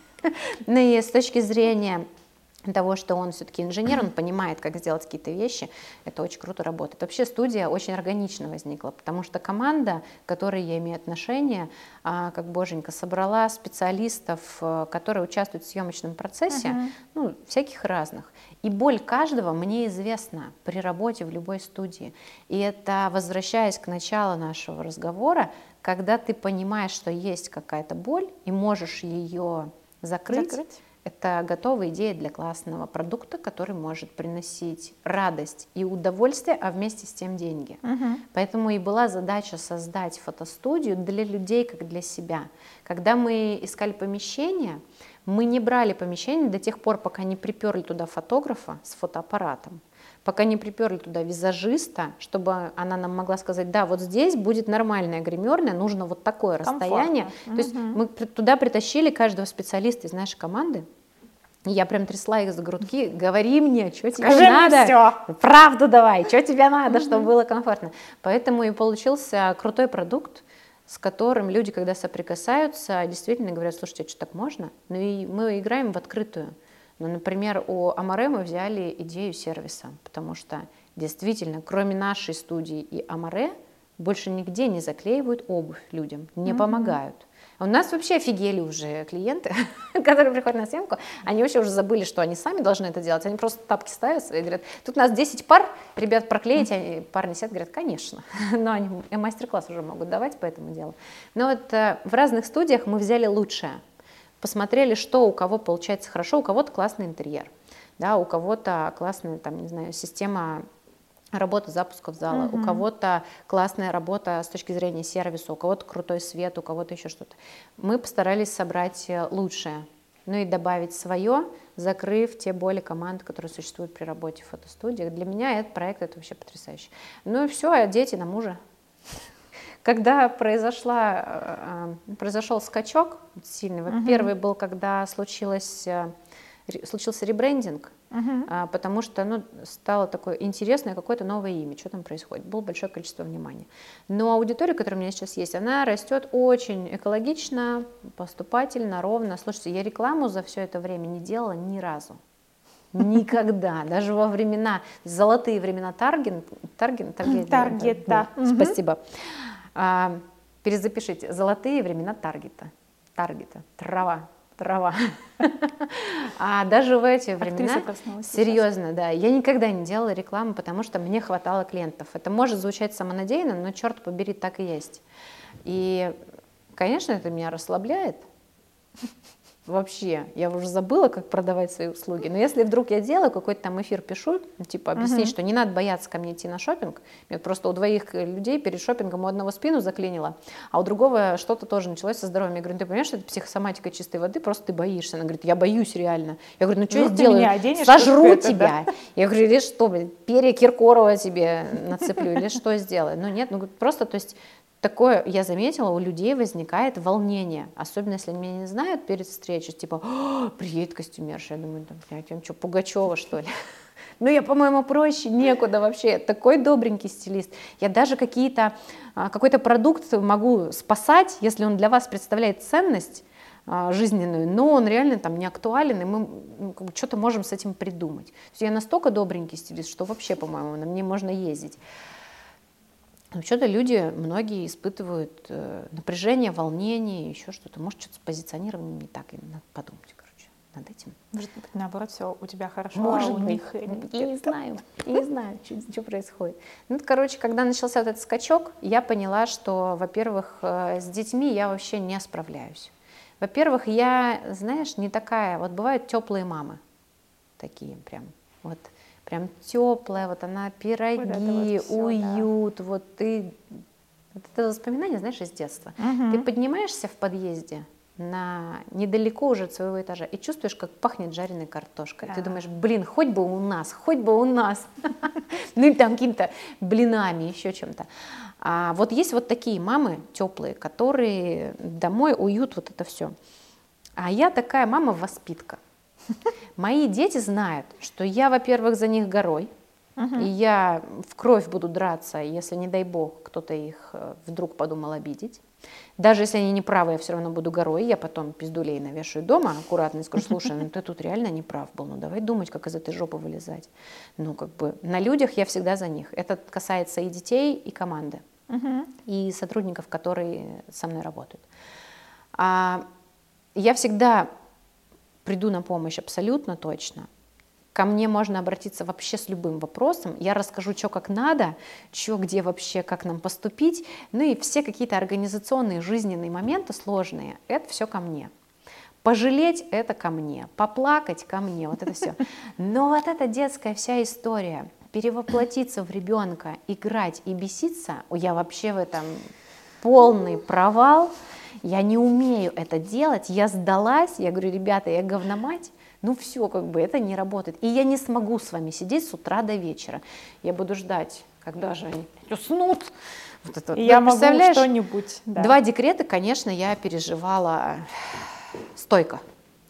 Ну и с точки зрения того, что он все-таки инженер, он понимает, как сделать какие-то вещи, это очень круто работает. Вообще студия очень органично возникла, потому что команда, к которой я имею отношение, как боженька, собрала специалистов, которые участвуют в съемочном процессе, uh-huh. ну, всяких разных. И боль каждого мне известна при работе в любой студии. И это, возвращаясь к началу нашего разговора, когда ты понимаешь, что есть какая-то боль и можешь ее закрыть, закрыть. Это готовая идея для классного продукта, который может приносить радость и удовольствие, а вместе с тем деньги. Uh-huh. Поэтому и была задача создать фотостудию для людей, как для себя. Когда мы искали помещение, мы не брали помещение до тех пор, пока не приперли туда фотографа с фотоаппаратом, пока не приперли туда визажиста, чтобы она нам могла сказать, да, вот здесь будет нормальная гримерная, нужно вот такое расстояние. Uh-huh. То есть мы туда притащили каждого специалиста из нашей команды. Я прям трясла их за грудки, говори мне, что тебе Скажи надо, мне всё. Правду давай, что тебе надо, чтобы было комфортно. Поэтому и получился крутой продукт, с которым люди, когда соприкасаются, действительно говорят, слушайте, а что так можно? Ну и мы играем в открытую. Ну, например, у Амаре мы взяли идею сервиса, потому что действительно, кроме нашей студии и Амаре, больше нигде не заклеивают обувь людям, не mm-hmm. помогают. У нас вообще офигели уже клиенты, которые приходят на съемку, они вообще уже забыли, что они сами должны это делать, они просто тапки ставят и говорят, тут у нас десять пар, ребят, проклеить, они, парни сидят, говорят, конечно, но они мастер-класс уже могут давать по этому делу. Но вот э, в разных студиях мы взяли лучшее, посмотрели, что у кого получается хорошо, у кого-то классный интерьер, да, у кого-то классная, там, не знаю, система работа запусков зала, uh-huh. у кого-то классная работа с точки зрения сервиса, у кого-то крутой свет, у кого-то еще что-то. Мы постарались собрать лучшее ну и добавить свое, закрыв те боли команд, которые существуют при работе в фотостудиях. Для меня этот проект это вообще потрясающе. Ну и все, а дети на мужа. Когда произошла, произошел скачок сильный, uh-huh. первый был, когда случилось, случился ребрендинг, uh-huh. потому что ну, стало такое интересное какое-то новое имя, что там происходит, было большое количество внимания. Но аудитория, которая у меня сейчас есть, она растет очень экологично, поступательно, ровно. Слушайте, я рекламу за все это время не делала ни разу. Никогда, даже во времена, золотые времена Таргет, Таргет, Таргет, Таргет, да. Спасибо. А, перезапишите. Золотые времена Таргета. Таргета. Трава. Трава. А даже в эти времена, серьезно, да, я никогда не делала рекламу, потому что мне хватало клиентов. Это может звучать самонадеянно, но, черт побери, так и есть. И, конечно, это меня расслабляет. Вообще, я уже забыла, как продавать свои услуги. Но если вдруг я делаю какой-то там эфир, пишу, типа объяснить, uh-huh. что не надо бояться ко мне идти на шопинг. Мне просто у двоих людей перед шопингом у одного спину заклинило, а у другого что-то тоже началось со здоровьем. Я говорю, ты понимаешь, что это психосоматика чистой воды, просто ты боишься. Она говорит, я боюсь реально. Я говорю, ну что я сделаю? Сожру тебя. Да? Я говорю, или что, блин, перья Киркорова тебе нацеплю, или что сделаю? Ну нет, ну просто, то есть... Такое, я заметила, у людей возникает волнение, особенно если они меня не знают перед встречей, типа, приедет костюмерша, я думаю, да, блядь, я что, Пугачева, что ли? Ну, я, по-моему, проще, некуда вообще, такой добренький стилист. Я даже какие-то, какой-то продукт могу спасать, если он для вас представляет ценность жизненную, но он реально там не актуален, и мы ну, что-то можем с этим придумать. То есть я настолько добренький стилист, что вообще, по-моему, на мне можно ездить. Вообще-то люди, многие испытывают э, напряжение, волнение, еще что-то. Может, что-то с позиционированием не так, им надо подумать, короче, над этим. Может быть, наоборот, все у тебя хорошо, Может а у быть. них... Я не знаю, я не знаю, что, что происходит. Ну, короче, когда начался вот этот скачок, я поняла, что, во-первых, э, с детьми я вообще не справляюсь. Во-первых, я, знаешь, не такая... Вот бывают теплые мамы, такие прям, вот... Прям теплая, вот она, пироги, вот вот все, уют, да. Вот ты, вот это воспоминание, знаешь, из детства. Угу. Ты поднимаешься в подъезде на недалеко уже от своего этажа и чувствуешь, как пахнет жареной картошкой. Да. Ты думаешь, блин, хоть бы у нас, хоть бы у нас. Ну и там какими-то блинами, еще чем-то. А вот есть вот такие мамы теплые, которые домой, уют, вот это все. А я такая мама-воспитка. Мои дети знают, что я, во-первых, за них горой, uh-huh. и я в кровь буду драться, если, не дай бог, кто-то их вдруг подумал обидеть. Даже если они не правы, я все равно буду горой, я потом пиздулей навешаю дома аккуратно и скажу, слушай, ну ты тут реально не прав был, ну давай думать, как из этой жопы вылезать. Ну как бы на людях я всегда за них. Это касается и детей, и команды, uh-huh. и сотрудников, которые со мной работают. А я всегда... приду на помощь абсолютно точно. Ко мне можно обратиться вообще с любым вопросом. Я расскажу, что как надо, что где вообще, как нам поступить. Ну и все какие-то организационные, жизненные моменты сложные, это все ко мне. Пожалеть — это ко мне. Поплакать — ко мне. Вот это все. Но вот эта детская вся история, перевоплотиться в ребенка, играть и беситься, я вообще в этом полный провал. Я не умею это делать, я сдалась, я говорю, ребята, я говномать, ну все, как бы это не работает. И я не смогу с вами сидеть с утра до вечера. Я буду ждать, когда же они уснут. Вот это. И я могу что-нибудь. Да. Два декрета, конечно, я переживала стойко.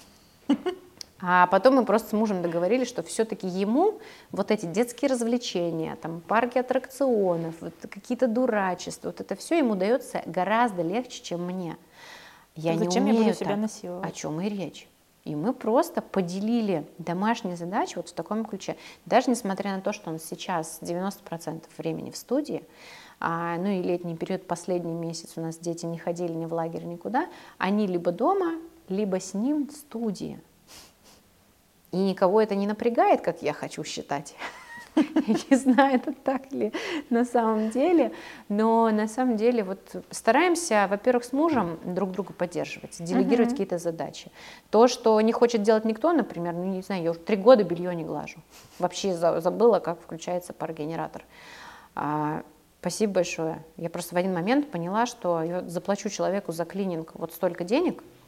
А потом мы просто с мужем договорились, что все-таки ему вот эти детские развлечения, там, парки аттракционов, вот какие-то дурачества, вот это все ему дается гораздо легче, чем мне. Я не Зачем умею я буду себя так. насиловать? О чем и речь. И мы просто поделили домашние задачи вот в таком ключе. Даже несмотря на то, что он сейчас девяносто процентов времени в студии, а, ну и летний период, последний месяц у нас дети не ходили ни в лагерь, никуда, они либо дома, либо с ним в студии. И никого это не напрягает, как я хочу считать. Я не знаю, это так ли на самом деле, но на самом деле вот стараемся, во-первых, с мужем друг друга поддерживать, делегировать uh-huh. какие-то задачи. То, что не хочет делать никто, например, ну не знаю, я уже три года белье не глажу. Вообще забыла, как включается парогенератор. А, спасибо большое. Я просто в один момент поняла, что я заплачу человеку за клининг вот столько денег,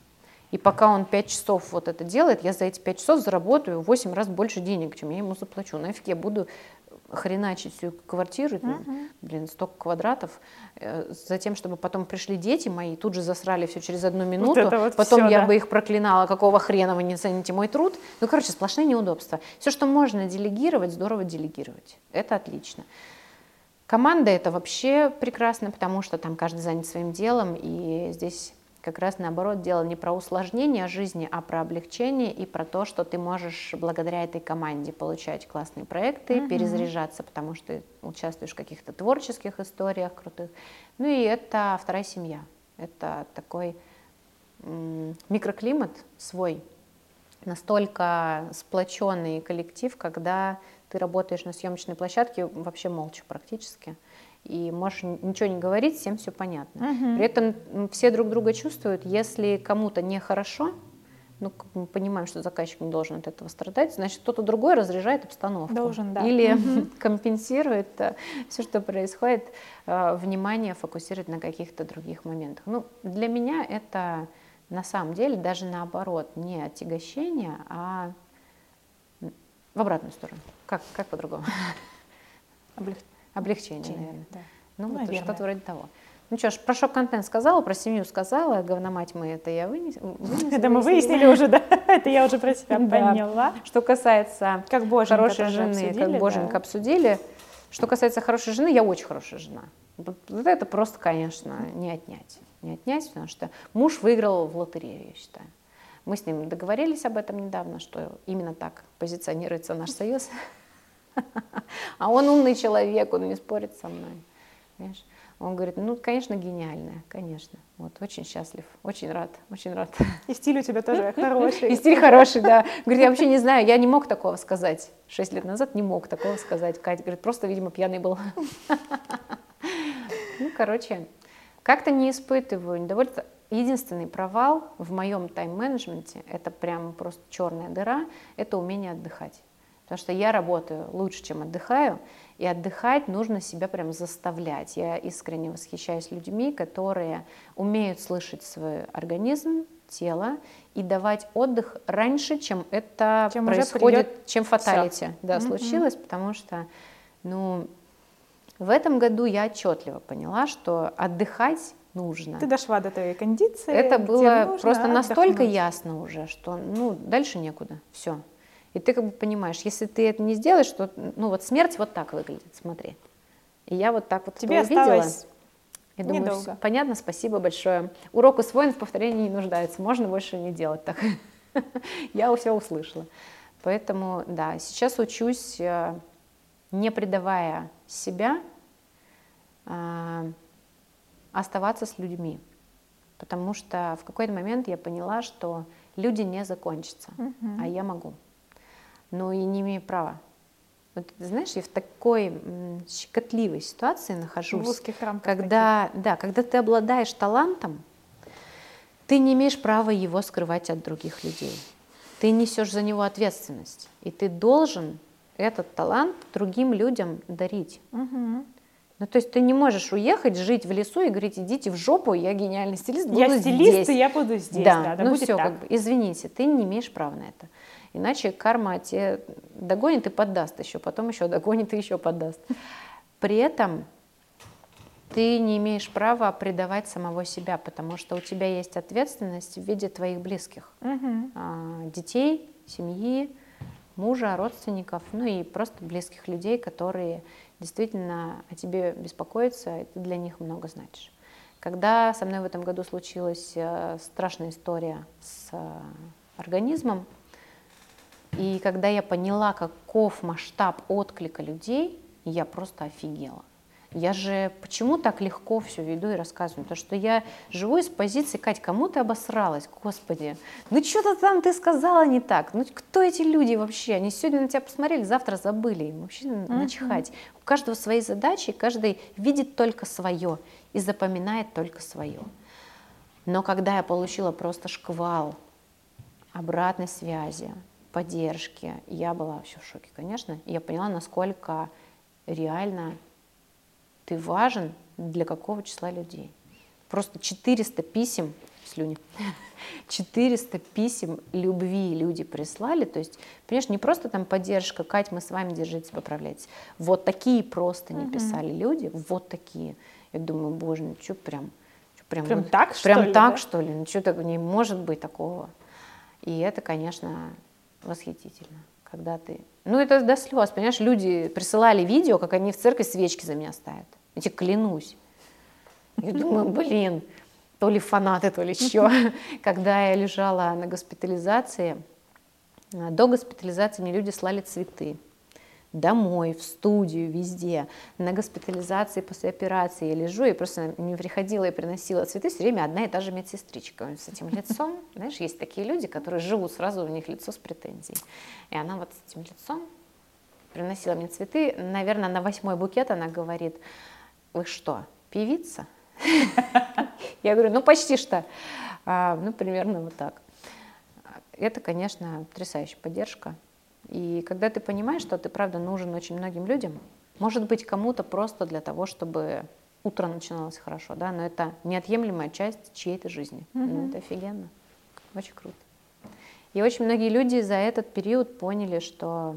И пока он пять часов вот это делает, я за эти пять часов заработаю в восемь раз больше денег, чем я ему заплачу. Нафиг я буду хреначить всю квартиру, uh-huh. блин, столько квадратов, э, за тем, чтобы потом пришли дети мои, тут же засрали все через одну минуту, вот вот потом все, я да. бы их проклинала, какого хрена вы не цените мой труд. Ну, короче, сплошные неудобства. Все, что можно делегировать, здорово делегировать. Это отлично. Команда — это вообще прекрасно, потому что там каждый занят своим делом, и здесь как раз наоборот дело не про усложнение жизни, а про облегчение и про то, что ты можешь благодаря этой команде получать классные проекты, mm-hmm. перезаряжаться, потому что ты участвуешь в каких-то творческих историях крутых. Ну и это вторая семья. Это такой м- микроклимат свой, настолько сплоченный коллектив, когда ты работаешь на съемочной площадке вообще молча практически. И можешь ничего не говорить, всем все понятно. Uh-huh. При этом все друг друга чувствуют. Если кому-то нехорошо, ну, мы понимаем, что заказчик не должен от этого страдать, значит, кто-то другой разряжает обстановку. Должен, да. Или uh-huh. компенсирует все, что происходит, внимание фокусирует на каких-то других моментах. Ну, для меня это на самом деле даже наоборот, не отягощение, а в обратную сторону. Как, как по-другому? Облегчение. Облегчение, наверное. Да. Ну, ну вот что-то вроде того. Ну что ж, про шок-контент сказала, про семью сказала, говномать мы это я вынесла. Это мы выяснили уже, да? Это я уже про себя поняла. Что касается хорошей жены, как боженька обсудили. Что касается хорошей жены, я очень хорошая жена. Вот это просто, конечно, не отнять. Не отнять, потому что муж выиграл в лотерею, я считаю. Мы с ним договорились об этом недавно, что именно так позиционируется наш союз. А он умный человек, он не спорит со мной. Понимаешь? Он говорит, ну, конечно, гениальная, конечно. Вот, очень счастлив, очень рад, очень рад. И стиль у тебя тоже хороший. И стиль хороший, да. Говорит, я вообще не знаю, я не мог такого сказать. Шесть лет назад не мог такого сказать. Катя говорит, просто, видимо, пьяный был. Ну, короче, как-то не испытываю недовольства. Единственный провал в моем тайм-менеджменте, это прям просто черная дыра, это умение отдыхать. Потому что я работаю лучше, чем отдыхаю, и отдыхать нужно себя прям заставлять. Я искренне восхищаюсь людьми, которые умеют слышать свой организм, тело и давать отдых раньше, чем это чем происходит, чем фаталити да, mm-hmm. случилось, потому что ну, в этом году я отчетливо поняла, что отдыхать нужно. Ты дошла до твоей кондиции. Это было просто настолько ясно уже, что ну, дальше некуда, все. И ты как бы понимаешь, если ты это не сделаешь, то ну вот смерть вот так выглядит, смотри. И я вот так вот Тебе это увидела. Осталось и думаю, недолго. Понятно, спасибо большое. Урок усвоен, в повторении не нуждается. Можно больше не делать так. Я все услышала. Поэтому, да, сейчас учусь, не предавая себя, оставаться с людьми. Потому что в какой-то момент я поняла, что люди не закончатся, uh-huh. а я могу. Но и не имею права. Вот, знаешь, я в такой м, щекотливой ситуации нахожусь, в узких рамках когда, да, когда ты обладаешь талантом, ты не имеешь права его скрывать от других людей. Ты несешь за него ответственность, и ты должен этот талант другим людям дарить. Угу. Ну, то есть ты не можешь уехать, жить в лесу и говорить, идите в жопу, я гениальный стилист, буду я стилист, здесь. И я буду здесь. Да, да, да ну будет все, так. как бы, извините, ты не имеешь права на это. Иначе карма тебе догонит и поддаст еще, потом еще догонит и еще поддаст. При этом ты не имеешь права предавать самого себя, потому что у тебя есть ответственность в виде твоих близких, угу. детей, семьи, мужа, родственников, ну и просто близких людей, которые действительно о тебе беспокоятся, и ты для них много значишь. Когда со мной в этом году случилась страшная история с организмом, и когда я поняла, каков масштаб отклика людей, я просто офигела. Я же почему так легко все веду и рассказываю? Потому что я живу из позиции, Кать, кому ты обосралась, господи? Ну что-то там ты сказала не так. Ну кто эти люди вообще? Они сегодня на тебя посмотрели, завтра забыли. Им вообще uh-huh. начихать. У каждого свои задачи, каждый видит только свое и запоминает только свое. Но когда я получила просто шквал обратной связи, поддержки, я была вообще в шоке, конечно. И я поняла, насколько реально ты важен для какого числа людей. просто четыреста писем, слюни, четыреста писем любви люди прислали, то есть, понимаешь, не просто там поддержка, Кать, мы с вами, держитесь, поправляйтесь, вот такие просто не писали люди, вот такие. Я думаю, боже, ну что прям, что прям, прям вот, так, прям что ли, так, да? что ли, ну что так, не может быть такого. И это, конечно, восхитительно, когда ты, ну это до слез, понимаешь, люди присылали видео, как они в церкви свечки за меня ставят, я тебе клянусь. Я думаю, блин, то ли фанаты, то ли что. Когда я лежала на госпитализации, до госпитализации мне люди слали цветы. Домой, в студию, везде. На госпитализации после операции я лежу, и просто не приходила и приносила цветы. Все время одна и та же медсестричка с этим лицом. Знаешь, есть такие люди, которые живут сразу, у них лицо с претензией. И она вот с этим лицом приносила мне цветы. Наверное, на восьмой букет она говорит: вы что, певица? Я говорю, ну почти что. А, ну, примерно вот так. Это, конечно, потрясающая поддержка. И когда ты понимаешь, что ты, правда, нужен очень многим людям, может быть, кому-то просто для того, чтобы утро начиналось хорошо, да, но это неотъемлемая часть чьей-то жизни. Mm-hmm. Ну, это офигенно. Очень круто. И очень многие люди за этот период поняли, что,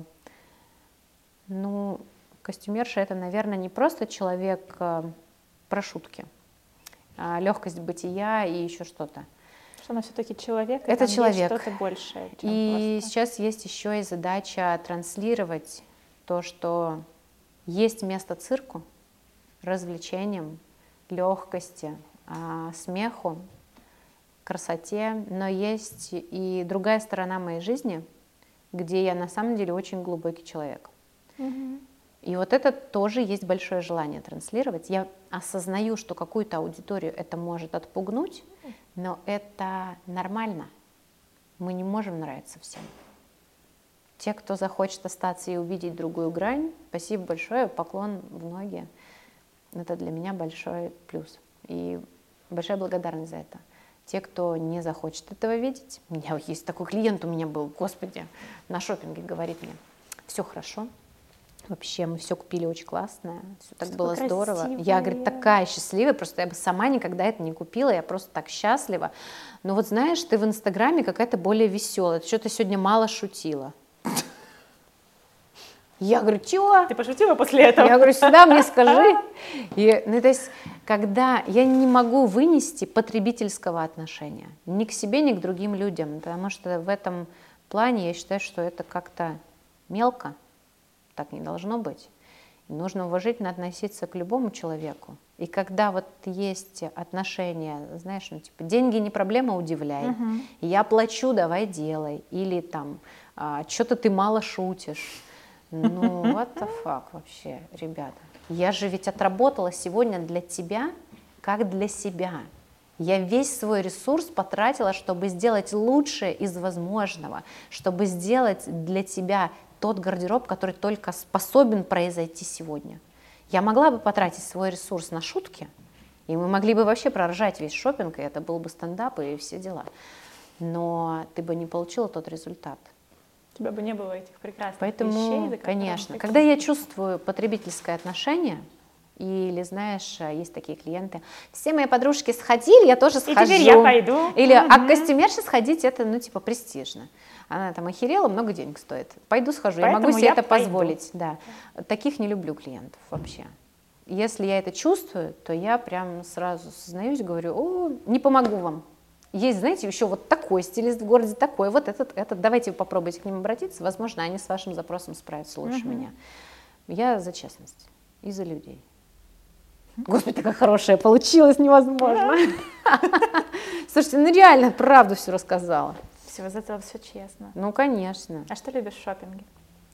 ну, костюмерша — это, наверное, не просто человек про шутки, а легкость бытия и еще что-то. Что она все-таки человек, это там человек. Есть что-то большее. Чем и просто. Сейчас есть еще и задача транслировать то, что есть место цирку, развлечениям, легкости, смеху, красоте, но есть и другая сторона моей жизни, где я на самом деле очень глубокий человек. Угу. И вот это тоже есть большое желание транслировать. Я осознаю, что какую-то аудиторию это может отпугнуть, но это нормально. Мы не можем нравиться всем. Те, кто захочет остаться и увидеть другую грань, спасибо большое, поклон в ноги. Это для меня большой плюс. И большая благодарность за это. Те, кто не захочет этого видеть, у меня есть такой клиент, у меня был, господи, на шопинге говорит мне: все хорошо. Вообще, мы все купили очень классное, все так было здорово. Я, говорит, такая счастливая, просто я бы сама никогда это не купила, я просто так счастлива. Но вот знаешь, ты в Инстаграме какая-то более веселая, ты что-то сегодня мало шутила. Я говорю, чего? Ты пошутила после этого? Я говорю, сюда мне скажи. И, ну, то есть, когда я не могу вынести потребительского отношения ни к себе, ни к другим людям, потому что в этом плане я считаю, что это как-то мелко. Так не должно быть. И нужно уважительно относиться к любому человеку. И когда вот есть отношения, знаешь, ну типа деньги не проблема, удивляй. Uh-huh. Я плачу, давай делай. Или там а, что-то ты мало шутишь. Ну, what the fuck вообще, ребята. Я же ведь отработала сегодня для тебя, как для себя. Я весь свой ресурс потратила, чтобы сделать лучшее из возможного, чтобы сделать для тебя тот гардероб, который только способен произойти сегодня. Я могла бы потратить свой ресурс на шутки, и мы могли бы вообще проржать весь шопинг, и это был бы стендап и все дела. Но ты бы не получила тот результат. У тебя бы не было этих прекрасных Поэтому, вещей. За конечно, когда я чувствую потребительское отношение, или, знаешь, есть такие клиенты, все мои подружки сходили, я тоже схожу. И теперь я пойду. Или, угу. а к костюмерше сходить, это, ну, типа, престижно. Она там охерела, много денег стоит. Пойду схожу, Поэтому я могу себе я это пойду. позволить. Да. Таких не люблю клиентов вообще. Если я это чувствую, то я прям сразу сознаюсь, говорю, о, не помогу вам. Есть, знаете, еще вот такой стилист в городе, такой, вот этот, этот. Давайте вы попробуйте к ним обратиться. Возможно, они с вашим запросом справятся лучше uh-huh. меня. Я за честность и за людей. Господи, такая хорошая получилась, невозможно. Слушайте, ну реально, правду все рассказала. Все, из этого все честно. Ну, конечно. А что любишь в шопинге?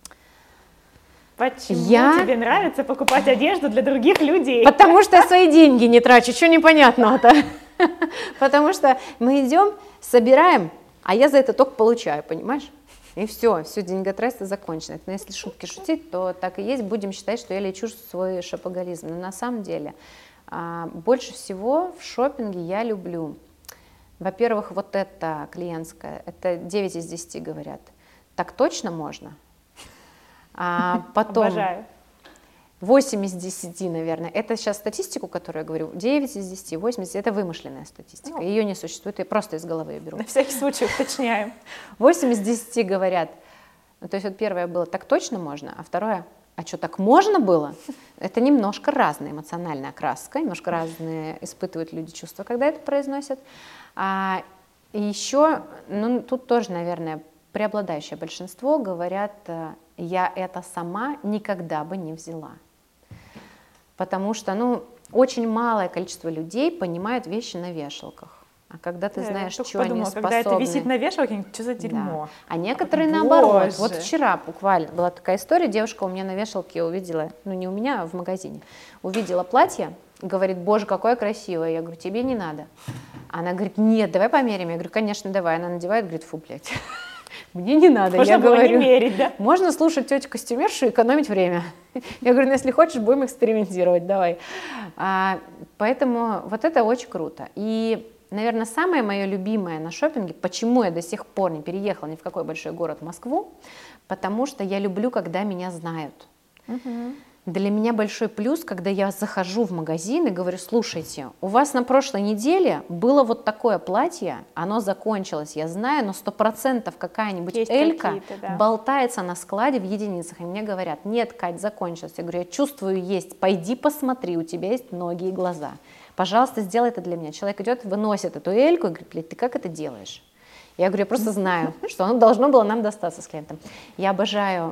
Почему я... тебе нравится покупать одежду для других людей? Потому что я свои деньги не трачу, что непонятного-то? Потому что мы идем, собираем, а я за это только получаю, понимаешь? И все, все, деньготратство закончено. Но если шутки шутить, то так и есть, будем считать, что я лечу свой шопоголизм. Но на самом деле больше всего в шопинге я люблю, во-первых, вот это клиентское, это девять из десяти говорят, так точно можно? А потом, обожаю. восемь из десяти, наверное. Это сейчас статистику, которую я говорю, девять из десяти, восемь из десяти, это вымышленная статистика. Ну, ее не существует, я просто из головы ее беру. На всякий случай уточняем. восемь из десяти говорят, ну, то есть вот первое было, так точно можно, а второе, а что, так можно было? Это немножко разная эмоциональная окраска, немножко разные испытывают люди чувства, когда это произносят. А еще, ну, тут тоже, наверное, преобладающее большинство говорят, я это сама никогда бы не взяла. Потому что, ну, очень малое количество людей понимают вещи на вешалках. А когда ты знаешь, я что подумала, они способны... когда это висит на вешалке, что за дерьмо. Да. А некоторые Боже. наоборот. Вот вчера буквально была такая история, девушка у меня на вешалке увидела, ну не у меня, а в магазине, увидела платье, говорит, боже, какое красивое. Я говорю, тебе не надо. Она говорит, нет, давай померим. Я говорю, конечно, давай. Она надевает, говорит, фу, блядь. Мне не надо. Можно я было говорю, не мерить, да? Можно слушать тетю костюмершу и экономить время. Я говорю, ну если хочешь, будем экспериментировать, давай. А, поэтому вот это очень круто. И, наверное, самое мое любимое на шопинге, почему я до сих пор не переехала ни в какой большой город Москву, потому что я люблю, когда меня знают. Угу. Для меня большой плюс, когда я захожу в магазин и говорю, слушайте, у вас на прошлой неделе было вот такое платье, оно закончилось, я знаю, но сто процентов какая-нибудь Есть элька да. болтается на складе в единицах, и мне говорят, нет, Кать, закончилось. Я говорю, я чувствую, есть, пойди посмотри, у тебя есть ноги и глаза. Пожалуйста, сделай это для меня. Человек идет, выносит эту эльку и говорит, блядь, ты как это делаешь? Я говорю, я просто знаю, что оно должно было нам достаться с клиентом. Я обожаю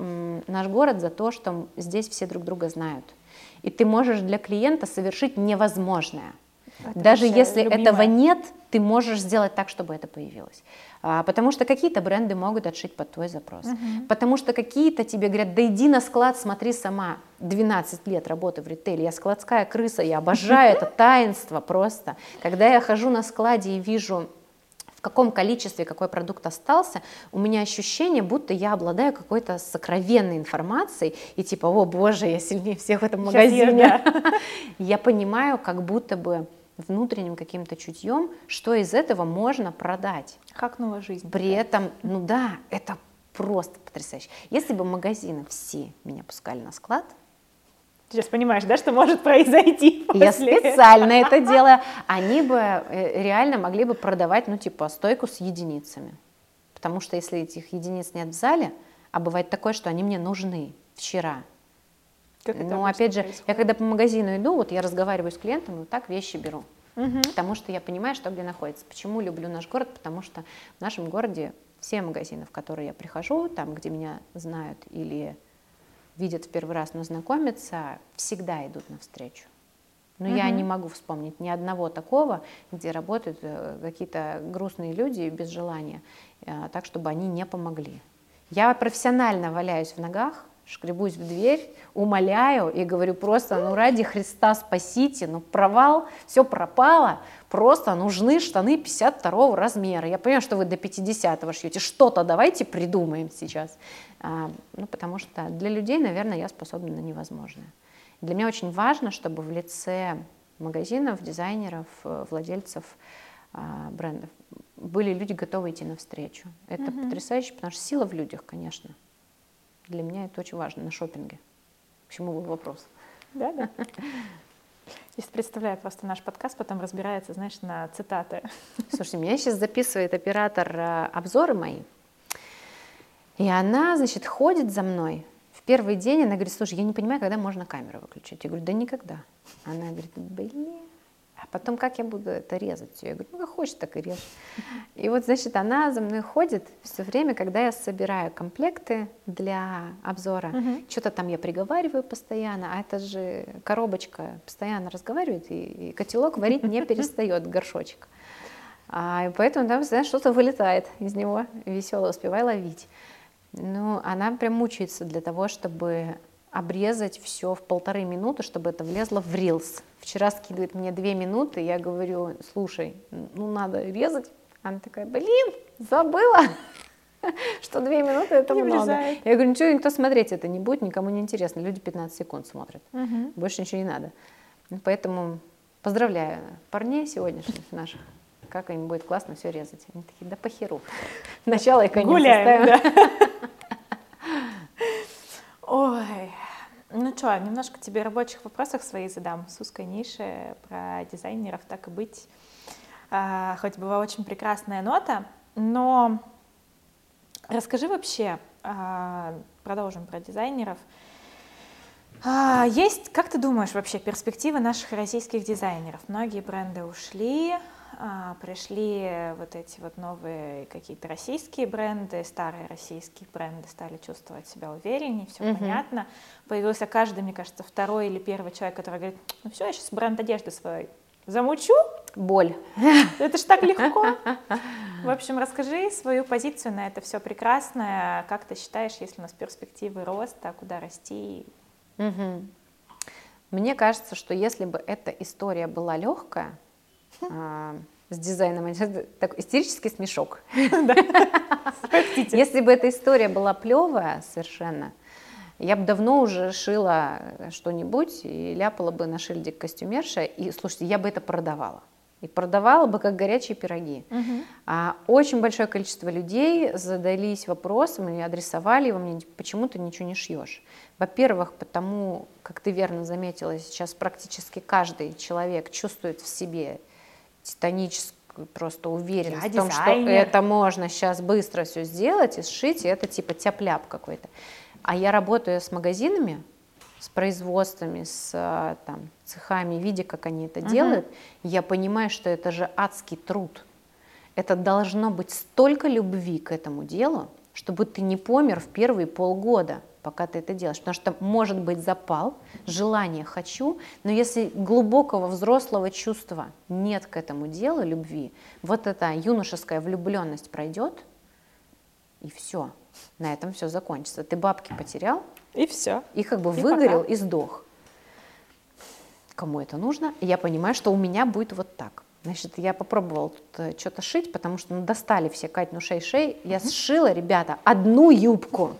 наш город за то, что здесь все друг друга знают. И ты можешь для клиента совершить невозможное. Это Даже если любимое. Этого нет, ты можешь сделать так, чтобы это появилось. А, потому что какие-то бренды могут отшить под твой запрос. Uh-huh. Потому что какие-то тебе говорят, да иди на склад, смотри сама. двенадцать лет работы в ритейле, я складская крыса, я обожаю это таинство просто. Когда я хожу на складе и вижу... в каком количестве какой продукт остался, у меня ощущение, будто я обладаю какой-то сокровенной информацией, и типа, о боже, я сильнее всех в этом магазине. Я понимаю, как будто бы внутренним каким-то чутьем, что из этого можно продать. Хакнула жизнь. При этом, ну да, это просто потрясающе. Если бы магазины все меня пускали на склад, ты сейчас понимаешь, да, что может произойти после... Я специально это делаю. Они бы реально могли бы продавать, ну, типа, стойку с единицами. Потому что если этих единиц нет в зале, а бывает такое, что они мне нужны вчера. Как это ну, опять же, происходит? Я когда по магазину иду, вот я разговариваю с клиентом, вот так вещи беру. Угу. Потому что я понимаю, что где находится. Почему люблю наш город? Потому что в нашем городе все магазины, в которые я прихожу, там, где меня знают или... видят в первый раз, но знакомятся, всегда идут навстречу. Но uh-huh. я не могу вспомнить ни одного такого, где работают какие-то грустные люди без желания, так, чтобы они не помогли. Я профессионально валяюсь в ногах, шкребусь в дверь, умоляю и говорю просто, ну ради Христа спасите, ну провал, все пропало, просто нужны штаны пятьдесят второго размера. Я понимаю, что вы до пятидесятого шьете, что-то давайте придумаем сейчас. А, ну, потому что для людей, наверное, я способна на невозможное. Для меня очень важно, чтобы в лице магазинов, дизайнеров, владельцев а, брендов были люди, готовы идти навстречу. Это mm-hmm. потрясающе, потому что сила в людях, конечно. Для меня это очень важно на шопинге. К чему был вопрос? Да, да. Если представляю просто наш подкаст, потом разбирается, знаешь, на цитаты. Слушай, меня сейчас записывает оператор а, обзоры мои. И она, значит, ходит за мной. В первый день она говорит, слушай, я не понимаю, когда можно камеру выключить. Я говорю, да никогда. Она говорит, блин. А потом как я буду это резать все? Я говорю, ну как хочешь, так и режь. И вот, значит, она за мной ходит все время, когда я собираю комплекты для обзора. Uh-huh. Что-то там я приговариваю постоянно, а это же коробочка постоянно разговаривает, и, и котелок варить не перестает, горшочек. А, и поэтому там, знаешь, что-то вылетает из него, весело, успевай ловить. Ну, она прям мучается для того, чтобы обрезать все в полторы минуты, чтобы это влезло в рилс. Вчера скидывает мне две минуты, я говорю, слушай, ну надо резать. Она такая, блин, забыла, что две минуты это много. Я говорю, ничего, никто смотреть это не будет, никому не интересно. Люди пятнадцать секунд смотрят, больше ничего не надо. Поэтому поздравляю парней сегодняшних наших. Как им будет классно все резать. Они такие, да похеру. Начало и конец. Гуляем, да. Ой, ну что, немножко тебе рабочих вопросов своих задам с узкой ниши про дизайнеров, так и быть. А, хоть была очень прекрасная нота, но расскажи вообще, а, продолжим про дизайнеров. А, есть, как ты думаешь, вообще перспективы наших российских дизайнеров? Многие бренды ушли, а, пришли вот эти вот новые какие-то российские бренды, старые российские бренды стали чувствовать себя увереннее, все uh-huh. понятно. Появился каждый, мне кажется, второй или первый человек, который говорит, ну все, я сейчас бренд одежды свой замучу. Боль. Это ж так легко. В общем, расскажи свою позицию на это все прекрасное. Как ты считаешь, если у нас перспективы роста, куда расти? Угу. Мне кажется, что если бы эта история была легкая, а, с дизайном, такой истерический смешок. Если бы эта история была плевая совершенно, я бы давно уже шила что-нибудь и ляпала бы на шильдик костюмерша, и, слушайте, я бы это продавала. И продавала бы как горячие пироги. Uh-huh. А, очень большое количество людей задались вопросом и адресовали его мне, почему ты ничего не шьешь. Во-первых, потому, как ты верно заметила, сейчас практически каждый человек чувствует в себе титаническую просто уверенность я в том, дизайнер. Что это можно сейчас быстро все сделать и сшить, и это типа тяп-ляп какой-то. А я работаю с магазинами, с производствами, с там, цехами, видя, как они это uh-huh. делают, я понимаю, что это же адский труд. Это должно быть столько любви к этому делу, чтобы ты не помер в первые полгода, пока ты это делаешь. Потому что может быть запал, желание «хочу», но если глубокого взрослого чувства нет к этому делу, любви, вот эта юношеская влюбленность пройдет, и все. На этом все закончится. Ты бабки потерял, и все. И как бы и выгорел пока. И сдох. Кому это нужно? И я понимаю, что у меня будет вот так. Значит, я попробовала тут что-то шить, потому что ну, достали все Кать, ну шей-шей. Я сшила, ребята, одну юбку.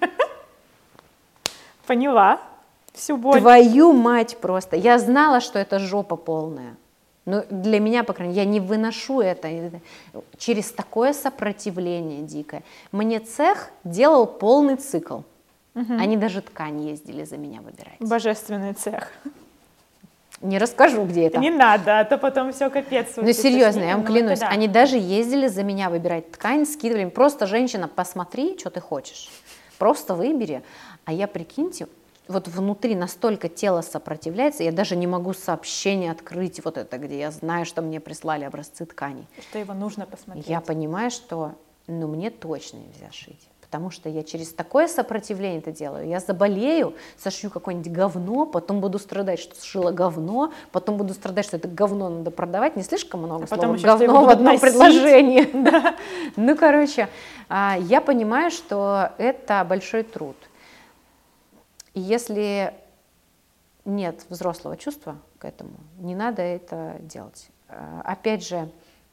Поняла. Всю боль. Твою мать просто. Я знала, что это жопа полная. Но для меня, по крайней мере, я не выношу это через такое сопротивление дикое. Мне цех делал полный цикл. Угу. Они даже ткань ездили за меня выбирать. Божественный цех. Не расскажу, где это. Не надо, а то потом все капец. Ну серьезно, я вам клянусь, да. Они даже ездили за меня выбирать ткань, скидывали. Просто, женщина, посмотри, что ты хочешь. Просто выбери. А я, прикиньте, вот внутри настолько тело сопротивляется, я даже не могу сообщение открыть, вот это, где я знаю, что мне прислали образцы тканей. Что его нужно посмотреть. Я понимаю, что ну, мне точно нельзя шить. Потому что я через такое сопротивление это делаю. Я заболею, сошью какое-нибудь говно, потом буду страдать, что сшила говно, потом буду страдать, что это говно надо продавать. Не слишком много а слов говно в одном предложении. Да. Ну, короче, я понимаю, что это большой труд. И если нет взрослого чувства к этому, не надо это делать. Опять же,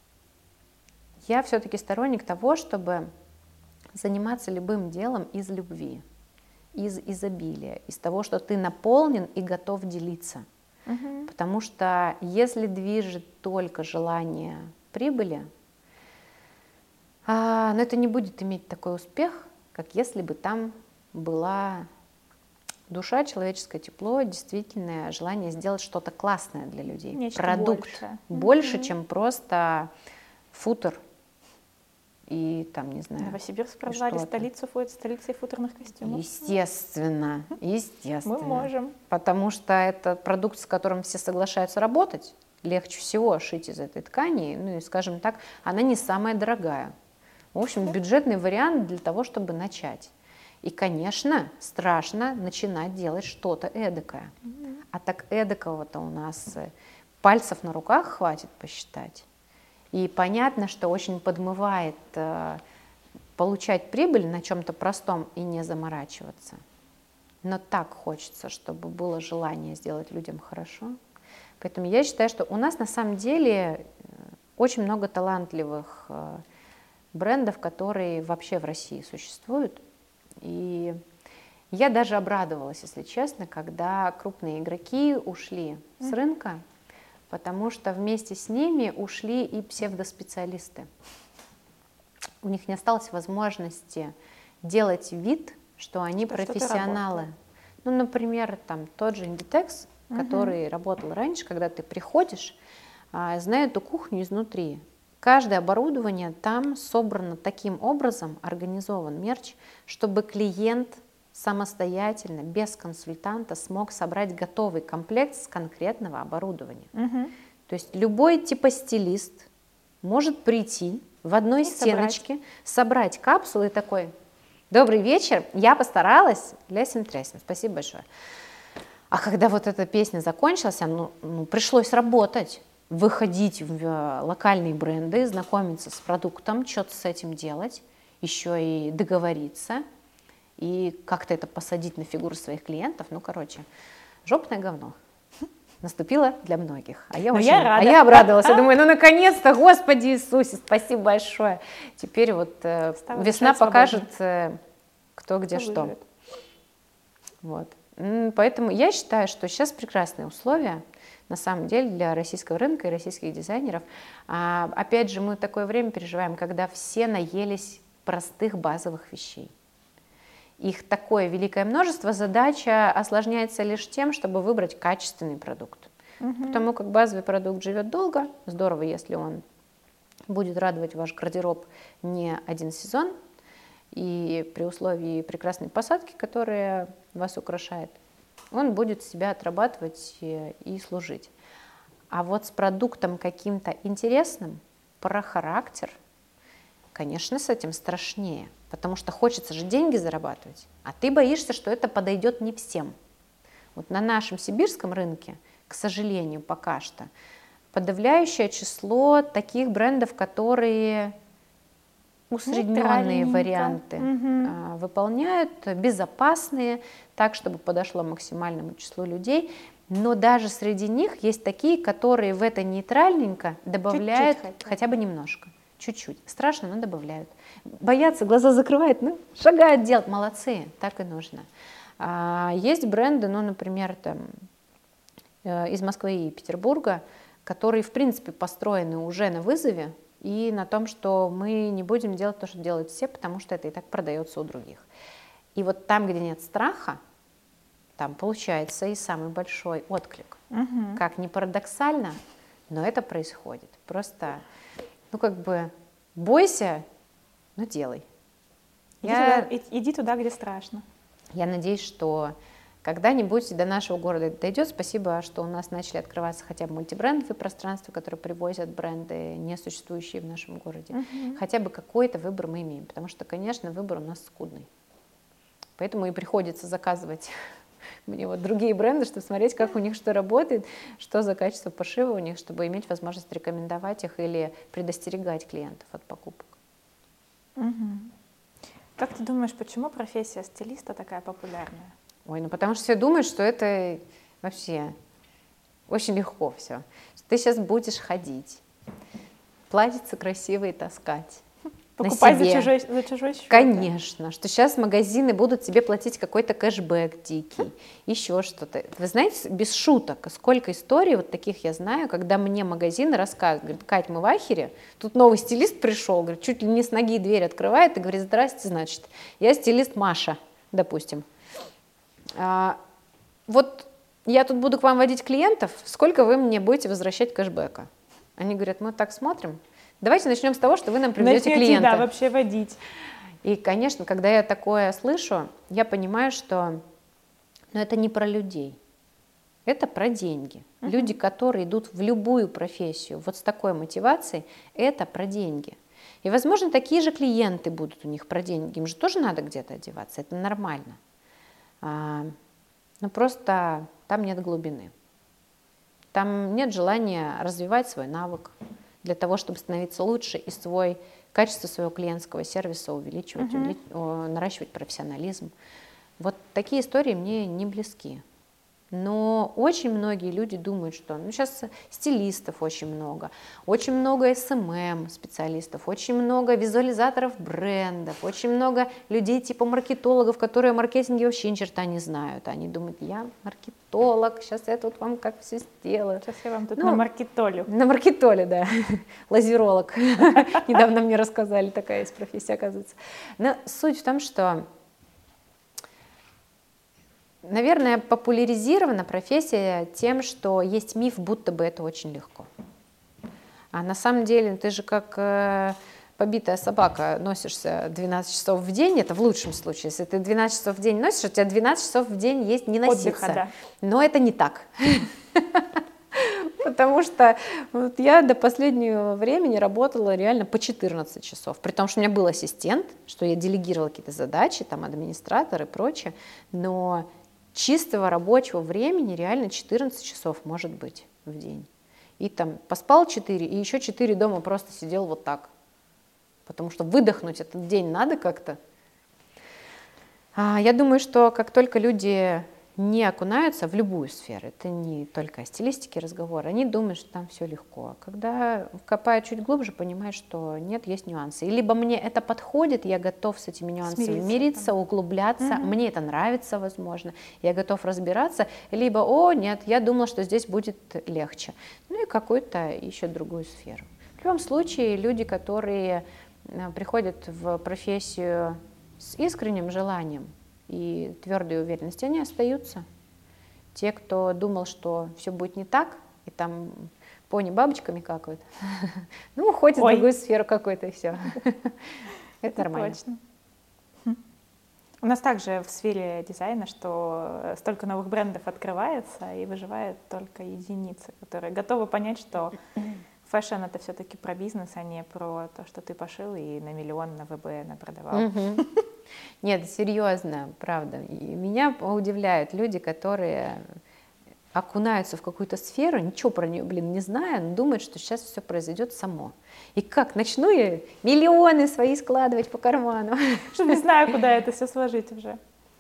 я все-таки сторонник того, чтобы заниматься любым делом из любви, из изобилия, из того, что ты наполнен и готов делиться. Uh-huh. Потому что если движет только желание прибыли, а, но это не будет иметь такой успех, как если бы там была душа, человеческое тепло, действительное желание сделать что-то классное для людей. Нечто продукт большее. больше, Uh-huh. чем просто футер. И там, не знаю. Новосибирск прозвали столицу, столицей футерных костюмов. Естественно, естественно. Мы можем. Потому что это продукт, с которым все соглашаются работать. Легче всего шить из этой ткани. Ну и, скажем так, она не самая дорогая. В общем, бюджетный вариант для того, чтобы начать. И, конечно, страшно начинать делать что-то эдакое. Mm-hmm. А так эдакого-то у нас пальцев на руках хватит посчитать. И понятно, что очень подмывает э, получать прибыль на чем-то простом и не заморачиваться. Но так хочется, чтобы было желание сделать людям хорошо. Поэтому я считаю, что у нас на самом деле очень много талантливых э, брендов, которые вообще в России существуют. И я даже обрадовалась, если честно, когда крупные игроки ушли с рынка, потому что вместе с ними ушли и псевдоспециалисты. У них не осталось возможности делать вид, что они что профессионалы. Ну, например, там тот же Inditex, uh-huh. который работал раньше, когда ты приходишь, а, знает эту кухню изнутри. Каждое оборудование там собрано таким образом, организован мерч, чтобы клиент самостоятельно, без консультанта смог собрать готовый комплект с конкретного оборудования. Uh-huh. То есть любой типа стилист может прийти в одной и стеночке, собрать. собрать капсулы и такой: добрый вечер, я постаралась, лясим трясим, спасибо большое. А когда вот эта песня закончилась, ну, ну, пришлось работать, выходить в локальные бренды, знакомиться с продуктом, что-то с этим делать, еще и договориться, и как-то это посадить на фигуру своих клиентов. Ну, короче, жопное говно. Наступила для многих. А я, очень, я рада. А я обрадовалась. Я думаю, ну наконец-то, Господи Иисусе, спасибо большое. Теперь вот э, весна покажет, э, кто где кто что. Вот. Поэтому я считаю, что сейчас прекрасные условия, на самом деле, для российского рынка и российских дизайнеров. А, опять же, мы такое время переживаем, когда все наелись простых базовых вещей. Их такое великое множество, задача осложняется лишь тем, чтобы выбрать качественный продукт. Угу. Потому как базовый продукт живет долго, здорово, если он будет радовать ваш гардероб не один сезон, и при условии прекрасной посадки, которая вас украшает, он будет себя отрабатывать и, и служить. А вот с продуктом каким-то интересным, про характер, конечно, с этим страшнее. Потому что хочется же деньги зарабатывать, а ты боишься, что это подойдет не всем. Вот на нашем сибирском рынке, к сожалению, пока что подавляющее число таких брендов, которые усредненные варианты угу. выполняют, безопасные, так, чтобы подошло максимальному числу людей. Но даже среди них есть такие, которые в это нейтральненько добавляют чуть-чуть хотя бы немножко. Чуть-чуть. Страшно, но добавляют. Боятся, глаза закрывают, ну, шагают делать. Молодцы, так и нужно. А, есть бренды, ну, например, там, э, из Москвы и Петербурга, которые, в принципе, построены уже на вызове и на том, что мы не будем делать то, что делают все, потому что это и так продается у других. И вот там, где нет страха, там получается и самый большой отклик. Угу. Как ни парадоксально, но это происходит. Просто... Ну, как бы, бойся, но делай. Иди, я, туда, иди туда, где страшно. Я надеюсь, что когда-нибудь до нашего города дойдет. Спасибо, что у нас начали открываться хотя бы мультибрендовые пространства, которые привозят бренды, не существующие в нашем городе. Uh-huh. Хотя бы какой-то выбор мы имеем, потому что, конечно, выбор у нас скудный. Поэтому и приходится заказывать мне вот другие бренды, чтобы смотреть, как у них что работает, что за качество пошива у них, чтобы иметь возможность рекомендовать их или предостерегать клиентов от покупок. Угу. Как ты думаешь, почему профессия стилиста такая популярная? Ой, ну потому что все думают, что это вообще очень легко все. Ты сейчас будешь ходить, платьица красивые таскать. Покупать за чужой, за чужой счет. Конечно, что сейчас магазины будут тебе платить какой-то кэшбэк дикий, еще что-то. Вы знаете, без шуток, сколько историй вот таких я знаю, когда мне магазины рассказывают, говорят: Кать, мы в ахере, тут новый стилист пришел, говорит, чуть ли не с ноги дверь открывает и говорит: здрасте, значит, я стилист Маша, допустим. А, вот я тут буду к вам водить клиентов, сколько вы мне будете возвращать кэшбэка? Они говорят: мы так смотрим. Давайте начнем с того, что вы нам приведете клиента. Да, вообще водить. И, конечно, когда я такое слышу, я понимаю, что ну, это не про людей, это про деньги. Uh-huh. Люди, которые идут в любую профессию вот с такой мотивацией, это про деньги. И, возможно, такие же клиенты будут у них про деньги. Им же тоже надо где-то одеваться, это нормально. А, но просто там нет глубины. Там нет желания развивать свой навык для того, чтобы становиться лучше и свой, качество своего клиентского сервиса увеличивать, uh-huh. увелич, наращивать профессионализм. Вот такие истории мне не близки. Но очень многие люди думают, что ну, сейчас стилистов очень много, очень много эс эм эм специалистов, очень много визуализаторов брендов, очень много людей типа маркетологов, которые о маркетинге вообще ни черта не знают. Они думают: я маркетолог, сейчас я тут вам как все сделаю. Сейчас я вам тут ну, на маркетолю. На маркетоле, да. Лазеролог. Недавно мне рассказали, такая есть профессия, оказывается. Но суть в том, что наверное, популяризирована профессия тем, что есть миф, будто бы это очень легко. А на самом деле ты же как э, побитая собака носишься двенадцать часов в день, это в лучшем случае. Если ты двенадцать часов в день носишь, у тебя двенадцать часов в день есть не носиться. Отдыха, да. Но это не так. Потому что вот я до последнего времени работала реально по четырнадцать часов. При том, что у меня был ассистент, что я делегировала какие-то задачи, там администратор и прочее. Но чистого рабочего времени реально четырнадцать часов может быть в день. И там поспал четыре, и еще четыре дома просто сидел вот так. Потому что выдохнуть этот день надо как-то. А я думаю, что как только люди не окунаются в любую сферу, это не только о стилистике разговор, они думают, что там все легко. Когда копают чуть глубже, понимают, что нет, есть нюансы. И либо мне это подходит, я готов с этими нюансами Смириться, мириться, там. углубляться, Угу. мне это нравится, возможно, я готов разбираться, либо, о, нет, я думала, что здесь будет легче. Ну и какую-то еще другую сферу. В любом случае, люди, которые приходят в профессию с искренним желанием и твердой уверенностью, они остаются. Те, кто думал, что все будет не так, и там пони бабочками какают, ну, уходят в другую сферу какую-то, и все. Это нормально. У нас также в сфере дизайна, что столько новых брендов открывается, и выживают только единицы, которые готовы понять, что фэшн — это все-таки про бизнес, а не про то, что ты пошил и на миллион на вэ бэ напродавал. Мгм. Нет, серьезно, правда. И меня удивляют люди, которые окунаются в какую-то сферу, ничего про нее, блин, не зная, но думают, что сейчас все произойдет само. И как, начну я миллионы свои складывать по карману? Что не знаю, куда это все сложить уже.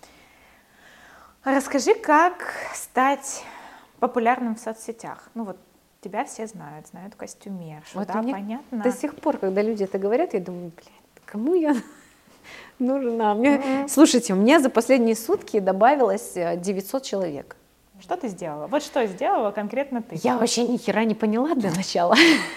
Расскажи, как стать популярным в соцсетях? Ну вот тебя все знают, знают костюмершу, Вот да, мне понятно. До сих пор, когда люди это говорят, я думаю, блядь, кому я нужна? Мне... Мгм. Слушайте, у меня за последние сутки добавилось э, девятьсот человек. Что ты сделала? Вот что сделала конкретно ты? Я вообще ни хера не поняла для начала.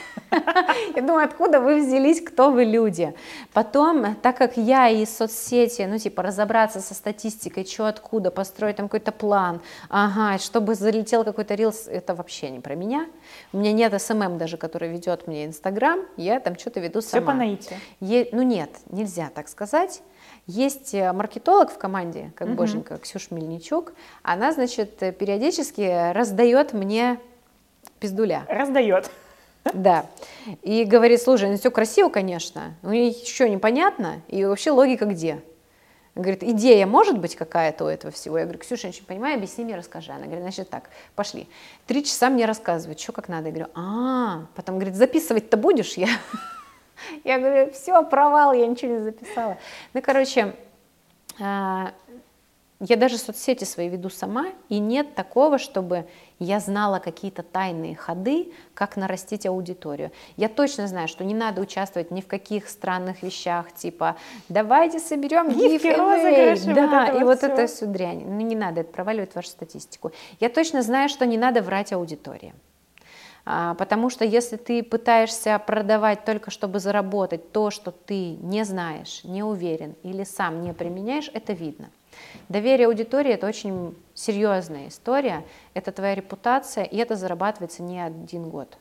Я думаю, откуда вы взялись, кто вы люди. Потом, так как я из соцсети, ну типа разобраться со статистикой, что откуда, построить там какой-то план, ага, чтобы залетел какой-то рилс, это вообще не про меня. У меня нет эс эм эм даже, который ведет мне Инстаграм, я там что-то веду сама. Все по наитию. Е- ну нет, нельзя так сказать. Есть э, маркетолог в команде, как Мгм. боженька, Ксюша Мельничук. Она, значит, э, периодически раздает мне пиздуля. Раздает. Да. И говорит, слушай, ну все красиво, конечно, но еще непонятно, и вообще логика где? Говорит, идея может быть какая-то у этого всего? Я говорю, Ксюша, я ничего не понимаю, объясни мне, расскажи. Она говорит, значит так, пошли. Три часа мне рассказывают, что как надо. Я говорю, а, потом говорит, записывать-то будешь? Я, я говорю, все, провал, я ничего не записала. Ну, короче, а, я даже соцсети свои веду сама, и нет такого, чтобы я знала какие-то тайные ходы, как нарастить аудиторию. Я точно знаю, что не надо участвовать ни в каких странных вещах, типа «давайте соберем Гифки, giveaway», розыгрыши, да, вот это и вот вот всё. это всю дрянь. Ну не надо, это проваливает вашу статистику. Я точно знаю, что не надо врать аудитории. А, потому что если ты пытаешься продавать только чтобы заработать то, что ты не знаешь, не уверен или сам не применяешь, это видно. Доверие аудитории — это очень серьезная история, это твоя репутация, и это зарабатывается не один год.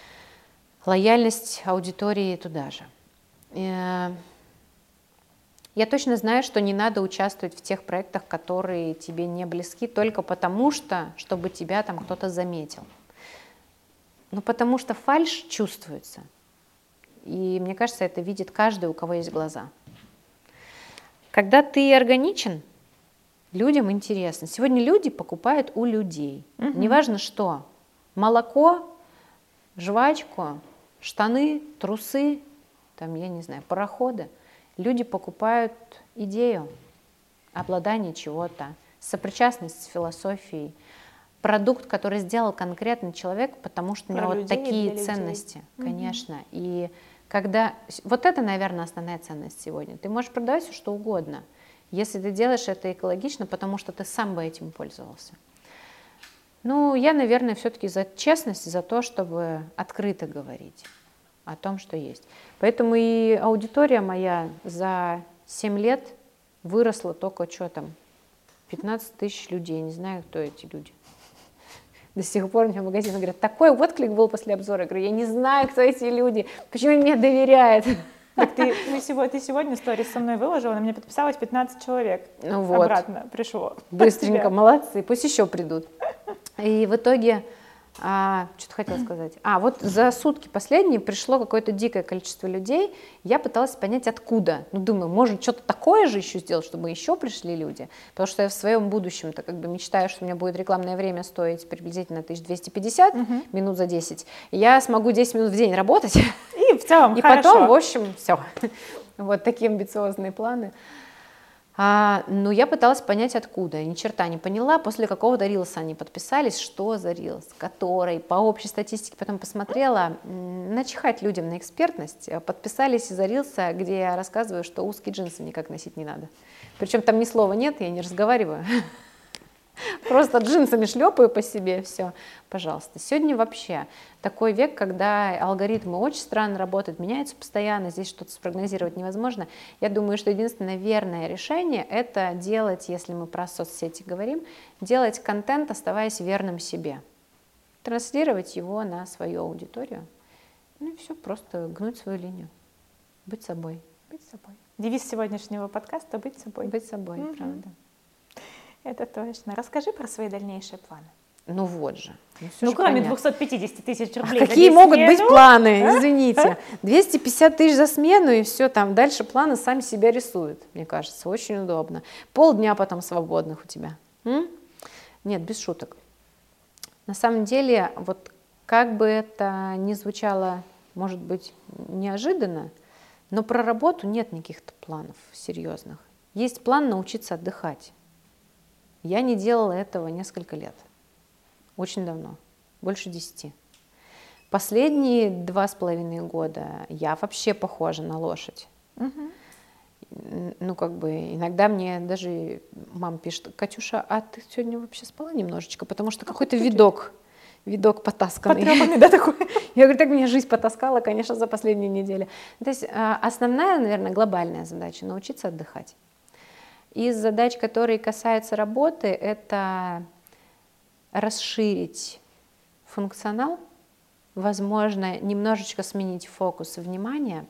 Лояльность аудитории туда же. Я точно знаю, что не надо участвовать в тех проектах, которые тебе не близки, только потому что, чтобы тебя там кто-то заметил. Ну, потому что фальшь чувствуется. И мне кажется, это видит каждый, у кого есть глаза. Когда ты органичен, людям интересно. Сегодня люди покупают у людей. Мгм. Неважно что. Молоко, жвачку, штаны, трусы, там, я не знаю, пароходы. Люди покупают идею, обладание чего-то, сопричастность с философией. Продукт, который сделал конкретный человек, потому что у Про него вот людей, такие для людей. ценности, Мгм. конечно. И когда... Вот это, наверное, основная ценность сегодня. Ты можешь продавать все, что угодно, если ты делаешь это экологично, потому что ты сам бы этим пользовался. Ну, я, наверное, все-таки за честность, за то, чтобы открыто говорить о том, что есть. Поэтому и аудитория моя за семь лет выросла только что там, пятнадцать тысяч людей, не знаю, кто эти люди. До сих пор мне в магазине говорят, такой отклик был после обзора. Я говорю, я не знаю, кто эти люди, почему они мне доверяют. Так ты, ты, сегодня, ты сегодня сторис со мной выложила, на меня подписалось пятнадцать человек. Ну вот. Обратно пришло. Быстренько, молодцы, пусть еще придут. И в итоге, а, что-то хотела сказать. А, вот за сутки последние пришло какое-то дикое количество людей. Я пыталась понять, откуда. Ну, думаю, может, что-то такое же еще сделать, чтобы еще пришли люди. Потому что я в своем будущем-то как бы мечтаю, что у меня будет рекламное время стоить приблизительно тысяча двести пятьдесят угу. минут за десять. И я смогу десять минут в день работать. И в целом И хорошо. потом, в общем, все. Вот такие амбициозные планы. А, ну, я пыталась понять, откуда. Я ни черта не поняла. После какого-то рилса они подписались. Что за рилс? Который по общей статистике потом посмотрела. Начихать людям на экспертность. Подписались из-за рилса, где я рассказываю, что узкие джинсы никак носить не надо. Причем там ни слова нет, я не разговариваю. Просто джинсами шлепаю по себе, все, пожалуйста. Сегодня вообще такой век, когда алгоритмы очень странно работают, меняются постоянно, здесь что-то спрогнозировать невозможно. Я думаю, что единственное верное решение – это делать, если мы про соцсети говорим, делать контент, оставаясь верным себе. Транслировать его на свою аудиторию. Ну и все, просто гнуть свою линию. Быть собой. Быть собой. Девиз сегодняшнего подкаста – быть собой. Быть собой, mm-hmm. правда. Это точно. Расскажи про свои дальнейшие планы. Ну вот же. Ну, ну кроме двухсот пятидесяти тысяч рублей. А какие могут смену? Быть планы? А? Извините. двести пятьдесят тысяч за смену, и все, там дальше планы сами себя рисуют, мне кажется. Очень удобно. Полдня потом свободных у тебя. М? Нет, без шуток. На самом деле, вот как бы это ни звучало, может быть, неожиданно, но про работу нет никаких-то планов серьезных. Есть план научиться отдыхать. Я не делала этого несколько лет. Очень давно. Больше десяти. Последние два с половиной года я вообще похожа на лошадь. Угу. Ну, как бы, иногда мне даже мама пишет, Катюша, а ты сегодня вообще спала немножечко? Потому что какой-то видок, видок потасканный. Потрепанный, да, такой? Я говорю, так меня жизнь потаскала, конечно, за последние недели. То есть основная, наверное, глобальная задача – научиться отдыхать. Из задач, которые касаются работы, это расширить функционал, возможно, немножечко сменить фокус внимания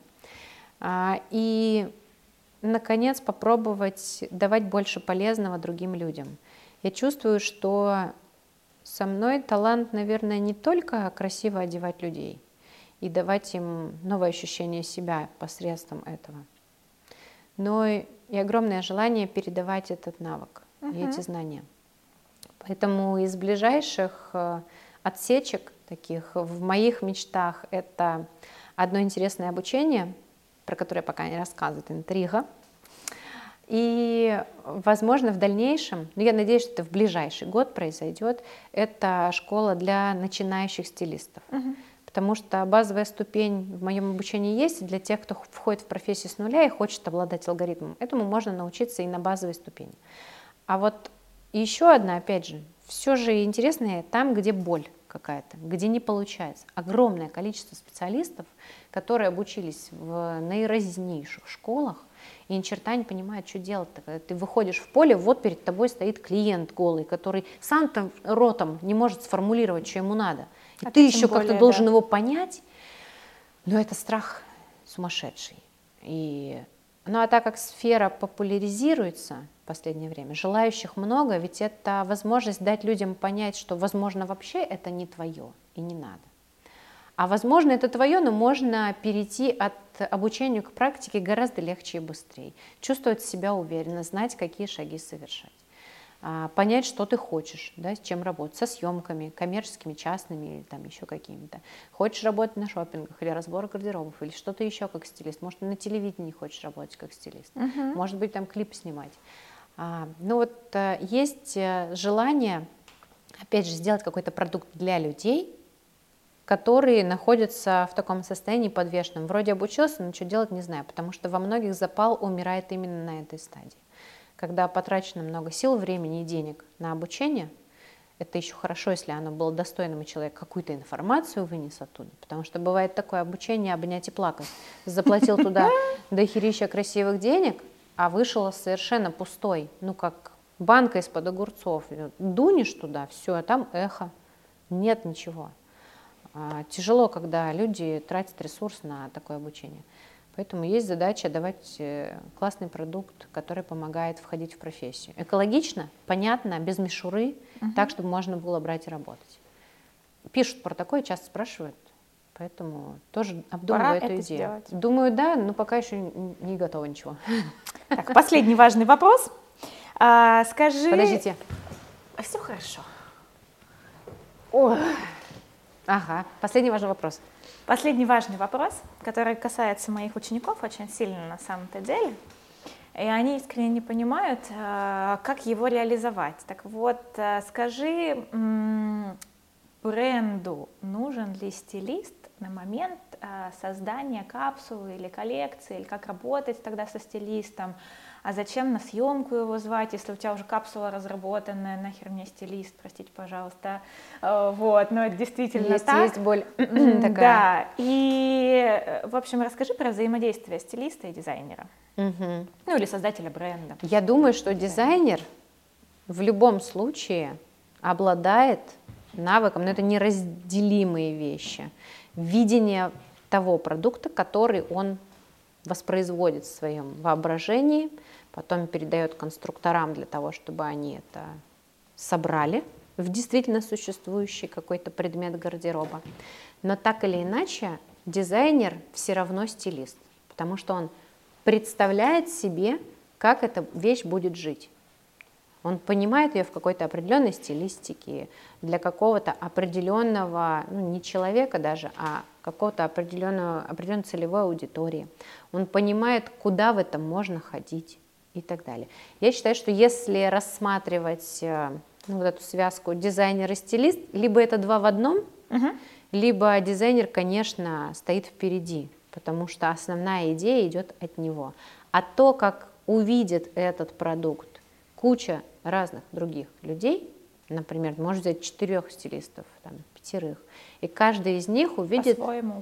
и, наконец, попробовать давать больше полезного другим людям. Я чувствую, что со мной талант, наверное, не только красиво одевать людей и давать им новое ощущение себя посредством этого, но и и огромное желание передавать этот навык uh-huh. и эти знания. Поэтому из ближайших отсечек таких в моих мечтах это одно интересное обучение, про которое я пока не рассказываю, это интрига. И, возможно, в дальнейшем, ну, я надеюсь, что это в ближайший год произойдет, это школа для начинающих стилистов. Uh-huh. Потому что базовая ступень в моем обучении есть для тех, кто входит в профессию с нуля и хочет обладать алгоритмом. Этому можно научиться и на базовой ступени. А вот еще одна, опять же, все же интересное там, где боль какая-то, где не получается. Огромное количество специалистов, которые обучились в наиразнейших школах, и ни черта не понимают, что делать-то. Когда ты выходишь в поле, вот перед тобой стоит клиент голый, который сам-то ротом не может сформулировать, что ему надо. И а ты еще более, как-то должен да. его понять, но это страх сумасшедший. И... Ну а так как сфера популяризируется в последнее время, желающих много, ведь это возможность дать людям понять, что, возможно, вообще это не твое и не надо. А возможно, это твое, но можно перейти от обучения к практике гораздо легче и быстрее. Чувствовать себя уверенно, знать, какие шаги совершать. Понять, что ты хочешь, да, с чем работать, со съемками, коммерческими, частными или там еще какими-то. Хочешь работать на шопингах или разбор гардеробов, или что-то еще как стилист. Может, на телевидении хочешь работать как стилист. Uh-huh. Может быть, там клип снимать. А, ну вот а, есть желание, опять же, сделать какой-то продукт для людей, которые находятся в таком состоянии подвешенном. Вроде обучился, но что делать не знаю, потому что во многих запал умирает именно на этой стадии. Когда потрачено много сил, времени и денег на обучение, это еще хорошо, если оно было достойным, и человек какую-то информацию вынес оттуда. Потому что бывает такое обучение обнять и плакать. Заплатил туда дохерища красивых денег, а вышел совершенно пустой. Ну, как банка из-под огурцов, дунешь туда, все, а там эхо, нет ничего. Тяжело, когда люди тратят ресурс на такое обучение. Поэтому есть задача давать классный продукт, который помогает входить в профессию. Экологично, понятно, без мишуры, угу. так, чтобы можно было брать и работать. Пишут про такое, часто спрашивают, поэтому тоже обдумываю эту идею. Сделать. Думаю, да, но пока еще не готова ничего. Так, последний важный вопрос. А, скажи... Подождите. Все хорошо. Ой. Ага, последний важный вопрос. Последний важный вопрос, который касается моих учеников очень сильно на самом-то деле, и они искренне не понимают, как его реализовать. Так вот, скажи, бренду нужен ли стилист на момент создания капсулы или коллекции, или как работать тогда со стилистом, а зачем на съемку его звать, если у тебя уже капсула разработанная, нахер мне стилист, простите, пожалуйста, вот, но это действительно есть, так. Есть боль такая. Да, и, в общем, расскажи про взаимодействие стилиста и дизайнера, угу. ну или создателя бренда. Я думаю, что дизайнер в любом случае обладает навыком, но это неразделимые вещи, видение того продукта, который он воспроизводит в своем воображении, потом передает конструкторам для того, чтобы они это собрали в действительно существующий какой-то предмет гардероба. Но так или иначе, дизайнер все равно стилист, потому что он представляет себе, как эта вещь будет жить. Он понимает ее в какой-то определенной стилистике, для какого-то определенного, ну не человека даже, а какого-то определенного, определенной целевой аудитории. Он понимает, куда в этом можно ходить и так далее. Я считаю, что если рассматривать ну, вот эту связку дизайнер и стилист, либо это два в одном, угу. либо дизайнер, конечно, стоит впереди, потому что основная идея идет от него. А то, как увидит этот продукт куча разных других людей, например, может взять четырех стилистов, там, пятерых, и каждый из них увидит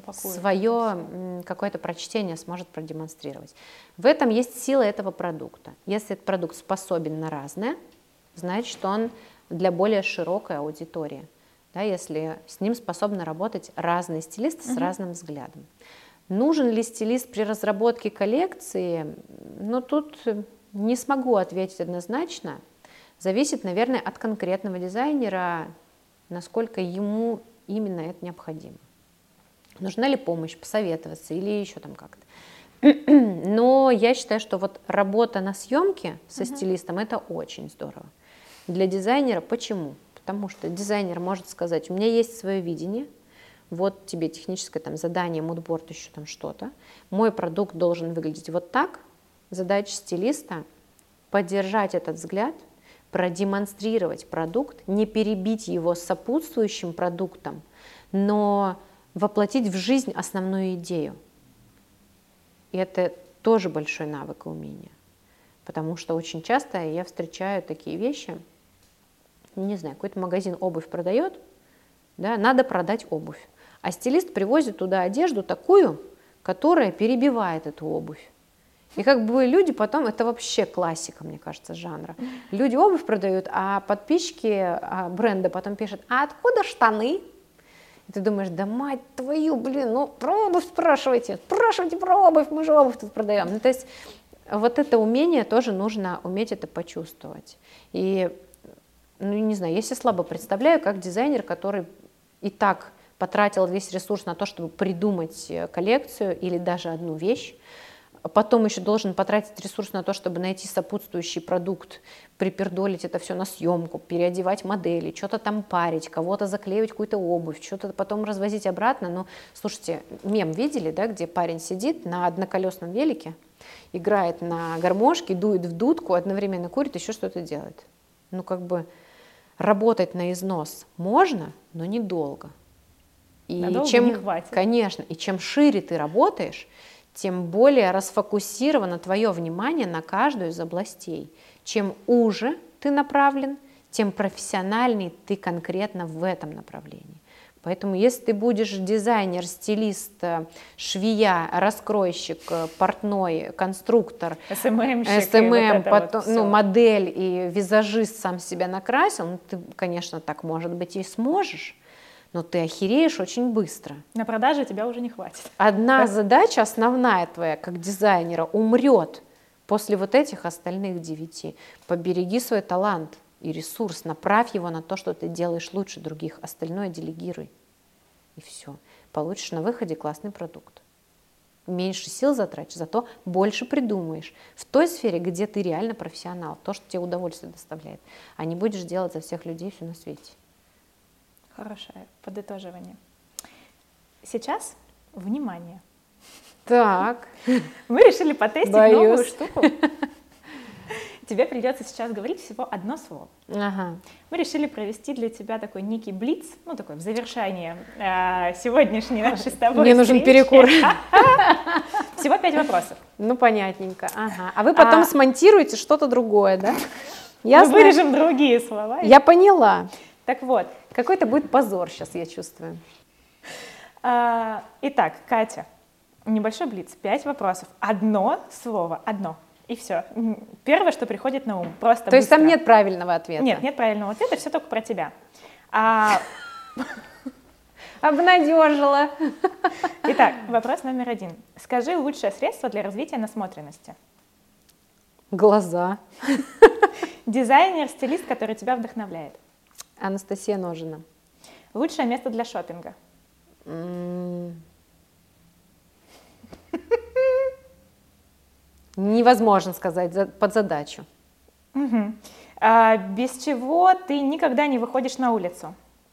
свое какое-то прочтение, сможет продемонстрировать. В этом есть сила этого продукта. Если этот продукт способен на разное, значит, что он для более широкой аудитории. Да, если с ним способны работать разные стилисты с угу. разным взглядом. Нужен ли стилист при разработке коллекции? Ну, тут не смогу ответить однозначно. Зависит, наверное, от конкретного дизайнера, насколько ему именно это необходимо. Нужна ли помощь, посоветоваться или еще там как-то. Но я считаю, что вот работа на съемке со uh-huh. стилистом – это очень здорово. Для дизайнера почему? Потому что дизайнер может сказать, у меня есть свое видение, вот тебе техническое там, задание, мудборд, еще там что-то. Мой продукт должен выглядеть вот так. Задача стилиста – поддержать этот взгляд, продемонстрировать продукт, не перебить его сопутствующим продуктом, но воплотить в жизнь основную идею. И это тоже большой навык и умение. Потому что очень часто я встречаю такие вещи, не знаю, какой-то магазин обувь продает, да, надо продать обувь. А стилист привозит туда одежду такую, которая перебивает эту обувь. И как бы люди потом, это вообще классика, мне кажется, жанра. Люди обувь продают, а подписчики бренда потом пишут, а откуда штаны? И ты думаешь, да мать твою, блин, ну про обувь спрашивайте, спрашивайте про обувь, мы же обувь тут продаем. Ну, то есть вот это умение тоже нужно уметь это почувствовать. И, ну не знаю, я себе слабо представляю, как дизайнер, который и так потратил весь ресурс на то, чтобы придумать коллекцию или даже одну вещь, потом еще должен потратить ресурс на то, чтобы найти сопутствующий продукт, припердолить это все на съемку, переодевать модели, что-то там парить, кого-то заклеивать какую-то обувь, что-то потом развозить обратно. Ну, слушайте, мем видели, да, где парень сидит на одноколесном велике, играет на гармошке, дует в дудку, одновременно курит, еще что-то делает. Ну, как бы работать на износ можно, но недолго. И Надолго чем, не хватит. Конечно, и чем шире ты работаешь, тем более расфокусировано твое внимание на каждую из областей. Чем уже ты направлен, тем профессиональней ты конкретно в этом направлении. Поэтому если ты будешь дизайнер, стилист, швея, раскройщик, портной, конструктор, эс эм эм-щик, эс эм эм, вот потом, вот ну, модель и визажист сам себя накрасил, ну, ты, конечно, так, может быть, и сможешь, но ты охереешь очень быстро. На продаже тебя уже не хватит. Одна задача основная твоя, как дизайнера, умрет после вот этих остальных девяти. Побереги свой талант и ресурс, направь его на то, что ты делаешь лучше других, остальное делегируй. И все. Получишь на выходе классный продукт. Меньше сил затрачиваешь, зато больше придумаешь в той сфере, где ты реально профессионал, то, что тебе удовольствие доставляет, а не будешь делать за всех людей все на свете. Хорошее подытоживание. Сейчас, внимание. Так. Мы решили потестить Боюсь. новую штуку. Тебе придется сейчас говорить всего одно слово. Ага. Мы решили провести для тебя такой некий блиц, ну такое в завершение э, сегодняшней нашей с тобой Мне нужен встречи. перекур. Всего пять вопросов. Ну, понятненько. Ага. А вы потом А... смонтируете что-то другое, да? Мы вырежем другие слова. Я поняла. Так вот. Какой-то будет позор сейчас, я чувствую. А, итак, Катя, небольшой блиц, пять вопросов. Одно слово, одно. И все. Первое, что приходит на ум. Просто То быстро. есть там нет правильного ответа? Нет, нет правильного ответа, все только про тебя. А... Обнадежила. Итак, вопрос номер один. Скажи лучшее средство для развития насмотренности. Глаза. Дизайнер, стилист, который тебя вдохновляет. Анастасия Ножина. Лучшее место для шопинга. Невозможно сказать под задачу. Угу. А, без чего ты никогда не выходишь на улицу?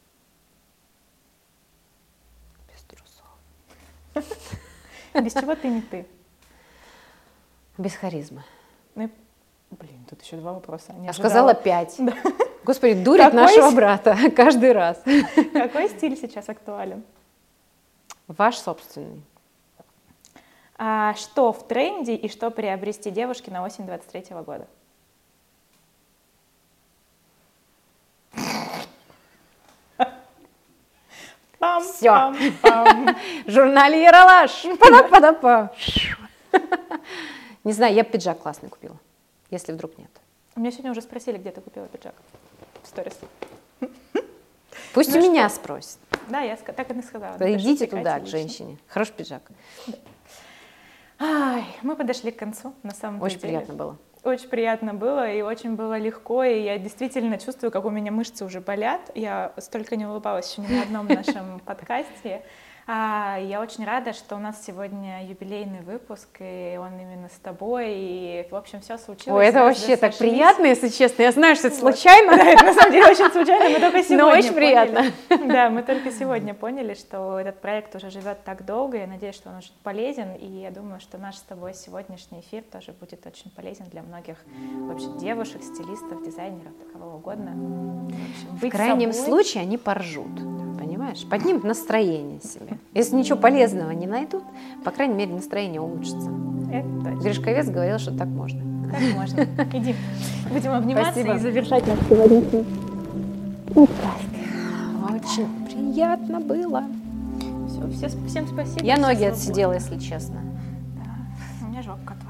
Без трусов. Без чего ты не ты? Без харизмы. Ну, блин, тут еще два вопроса. А сказала пять. Да. Господи, дурит Какой нашего с... брата каждый раз. Какой стиль сейчас актуален? Ваш собственный. А что в тренде и что приобрести девушке на осень двадцать третьего года? Все. В журнале Ералаш. Пада-пада-па. Не знаю, я пиджак классный купила, если вдруг нет. Меня сегодня уже спросили, где ты купила пиджак. В сторис. Пусть ну у меня спросят. Да, я так и сказала. Да идите туда, к женщине. Хороший пиджак. Да. Ай, мы подошли к концу, на самом деле. Очень приятно было. Очень приятно было, и очень было легко, и я действительно чувствую, как у меня мышцы уже болят. Я столько не улыбалась еще ни на одном нашем подкасте. А, я очень рада, что у нас сегодня юбилейный выпуск, и он именно с тобой, и, в общем, все случилось. Ой, это вообще так приятно, если честно. Я знаю, что это случайно. Да, это на самом деле очень случайно, мы только сегодня Но очень приятно. Да, мы только сегодня поняли, что этот проект уже живет так долго, я надеюсь, что он очень полезен, и я думаю, что наш с тобой сегодняшний эфир тоже будет очень полезен для многих вообще девушек, стилистов, дизайнеров, кого угодно. В общем, в крайнем собой. случае они поржут, понимаешь, поднимут настроение себе. Если ничего полезного не найдут, по крайней мере, настроение улучшится. Это точно. Гришковец говорил, что так можно. Так можно. Иди, будем обниматься Спасибо. И завершать наш сегодняшний подкаст. Очень приятно было. Все, все, всем спасибо. Я ноги отсидела, если честно. Да, у меня жопка.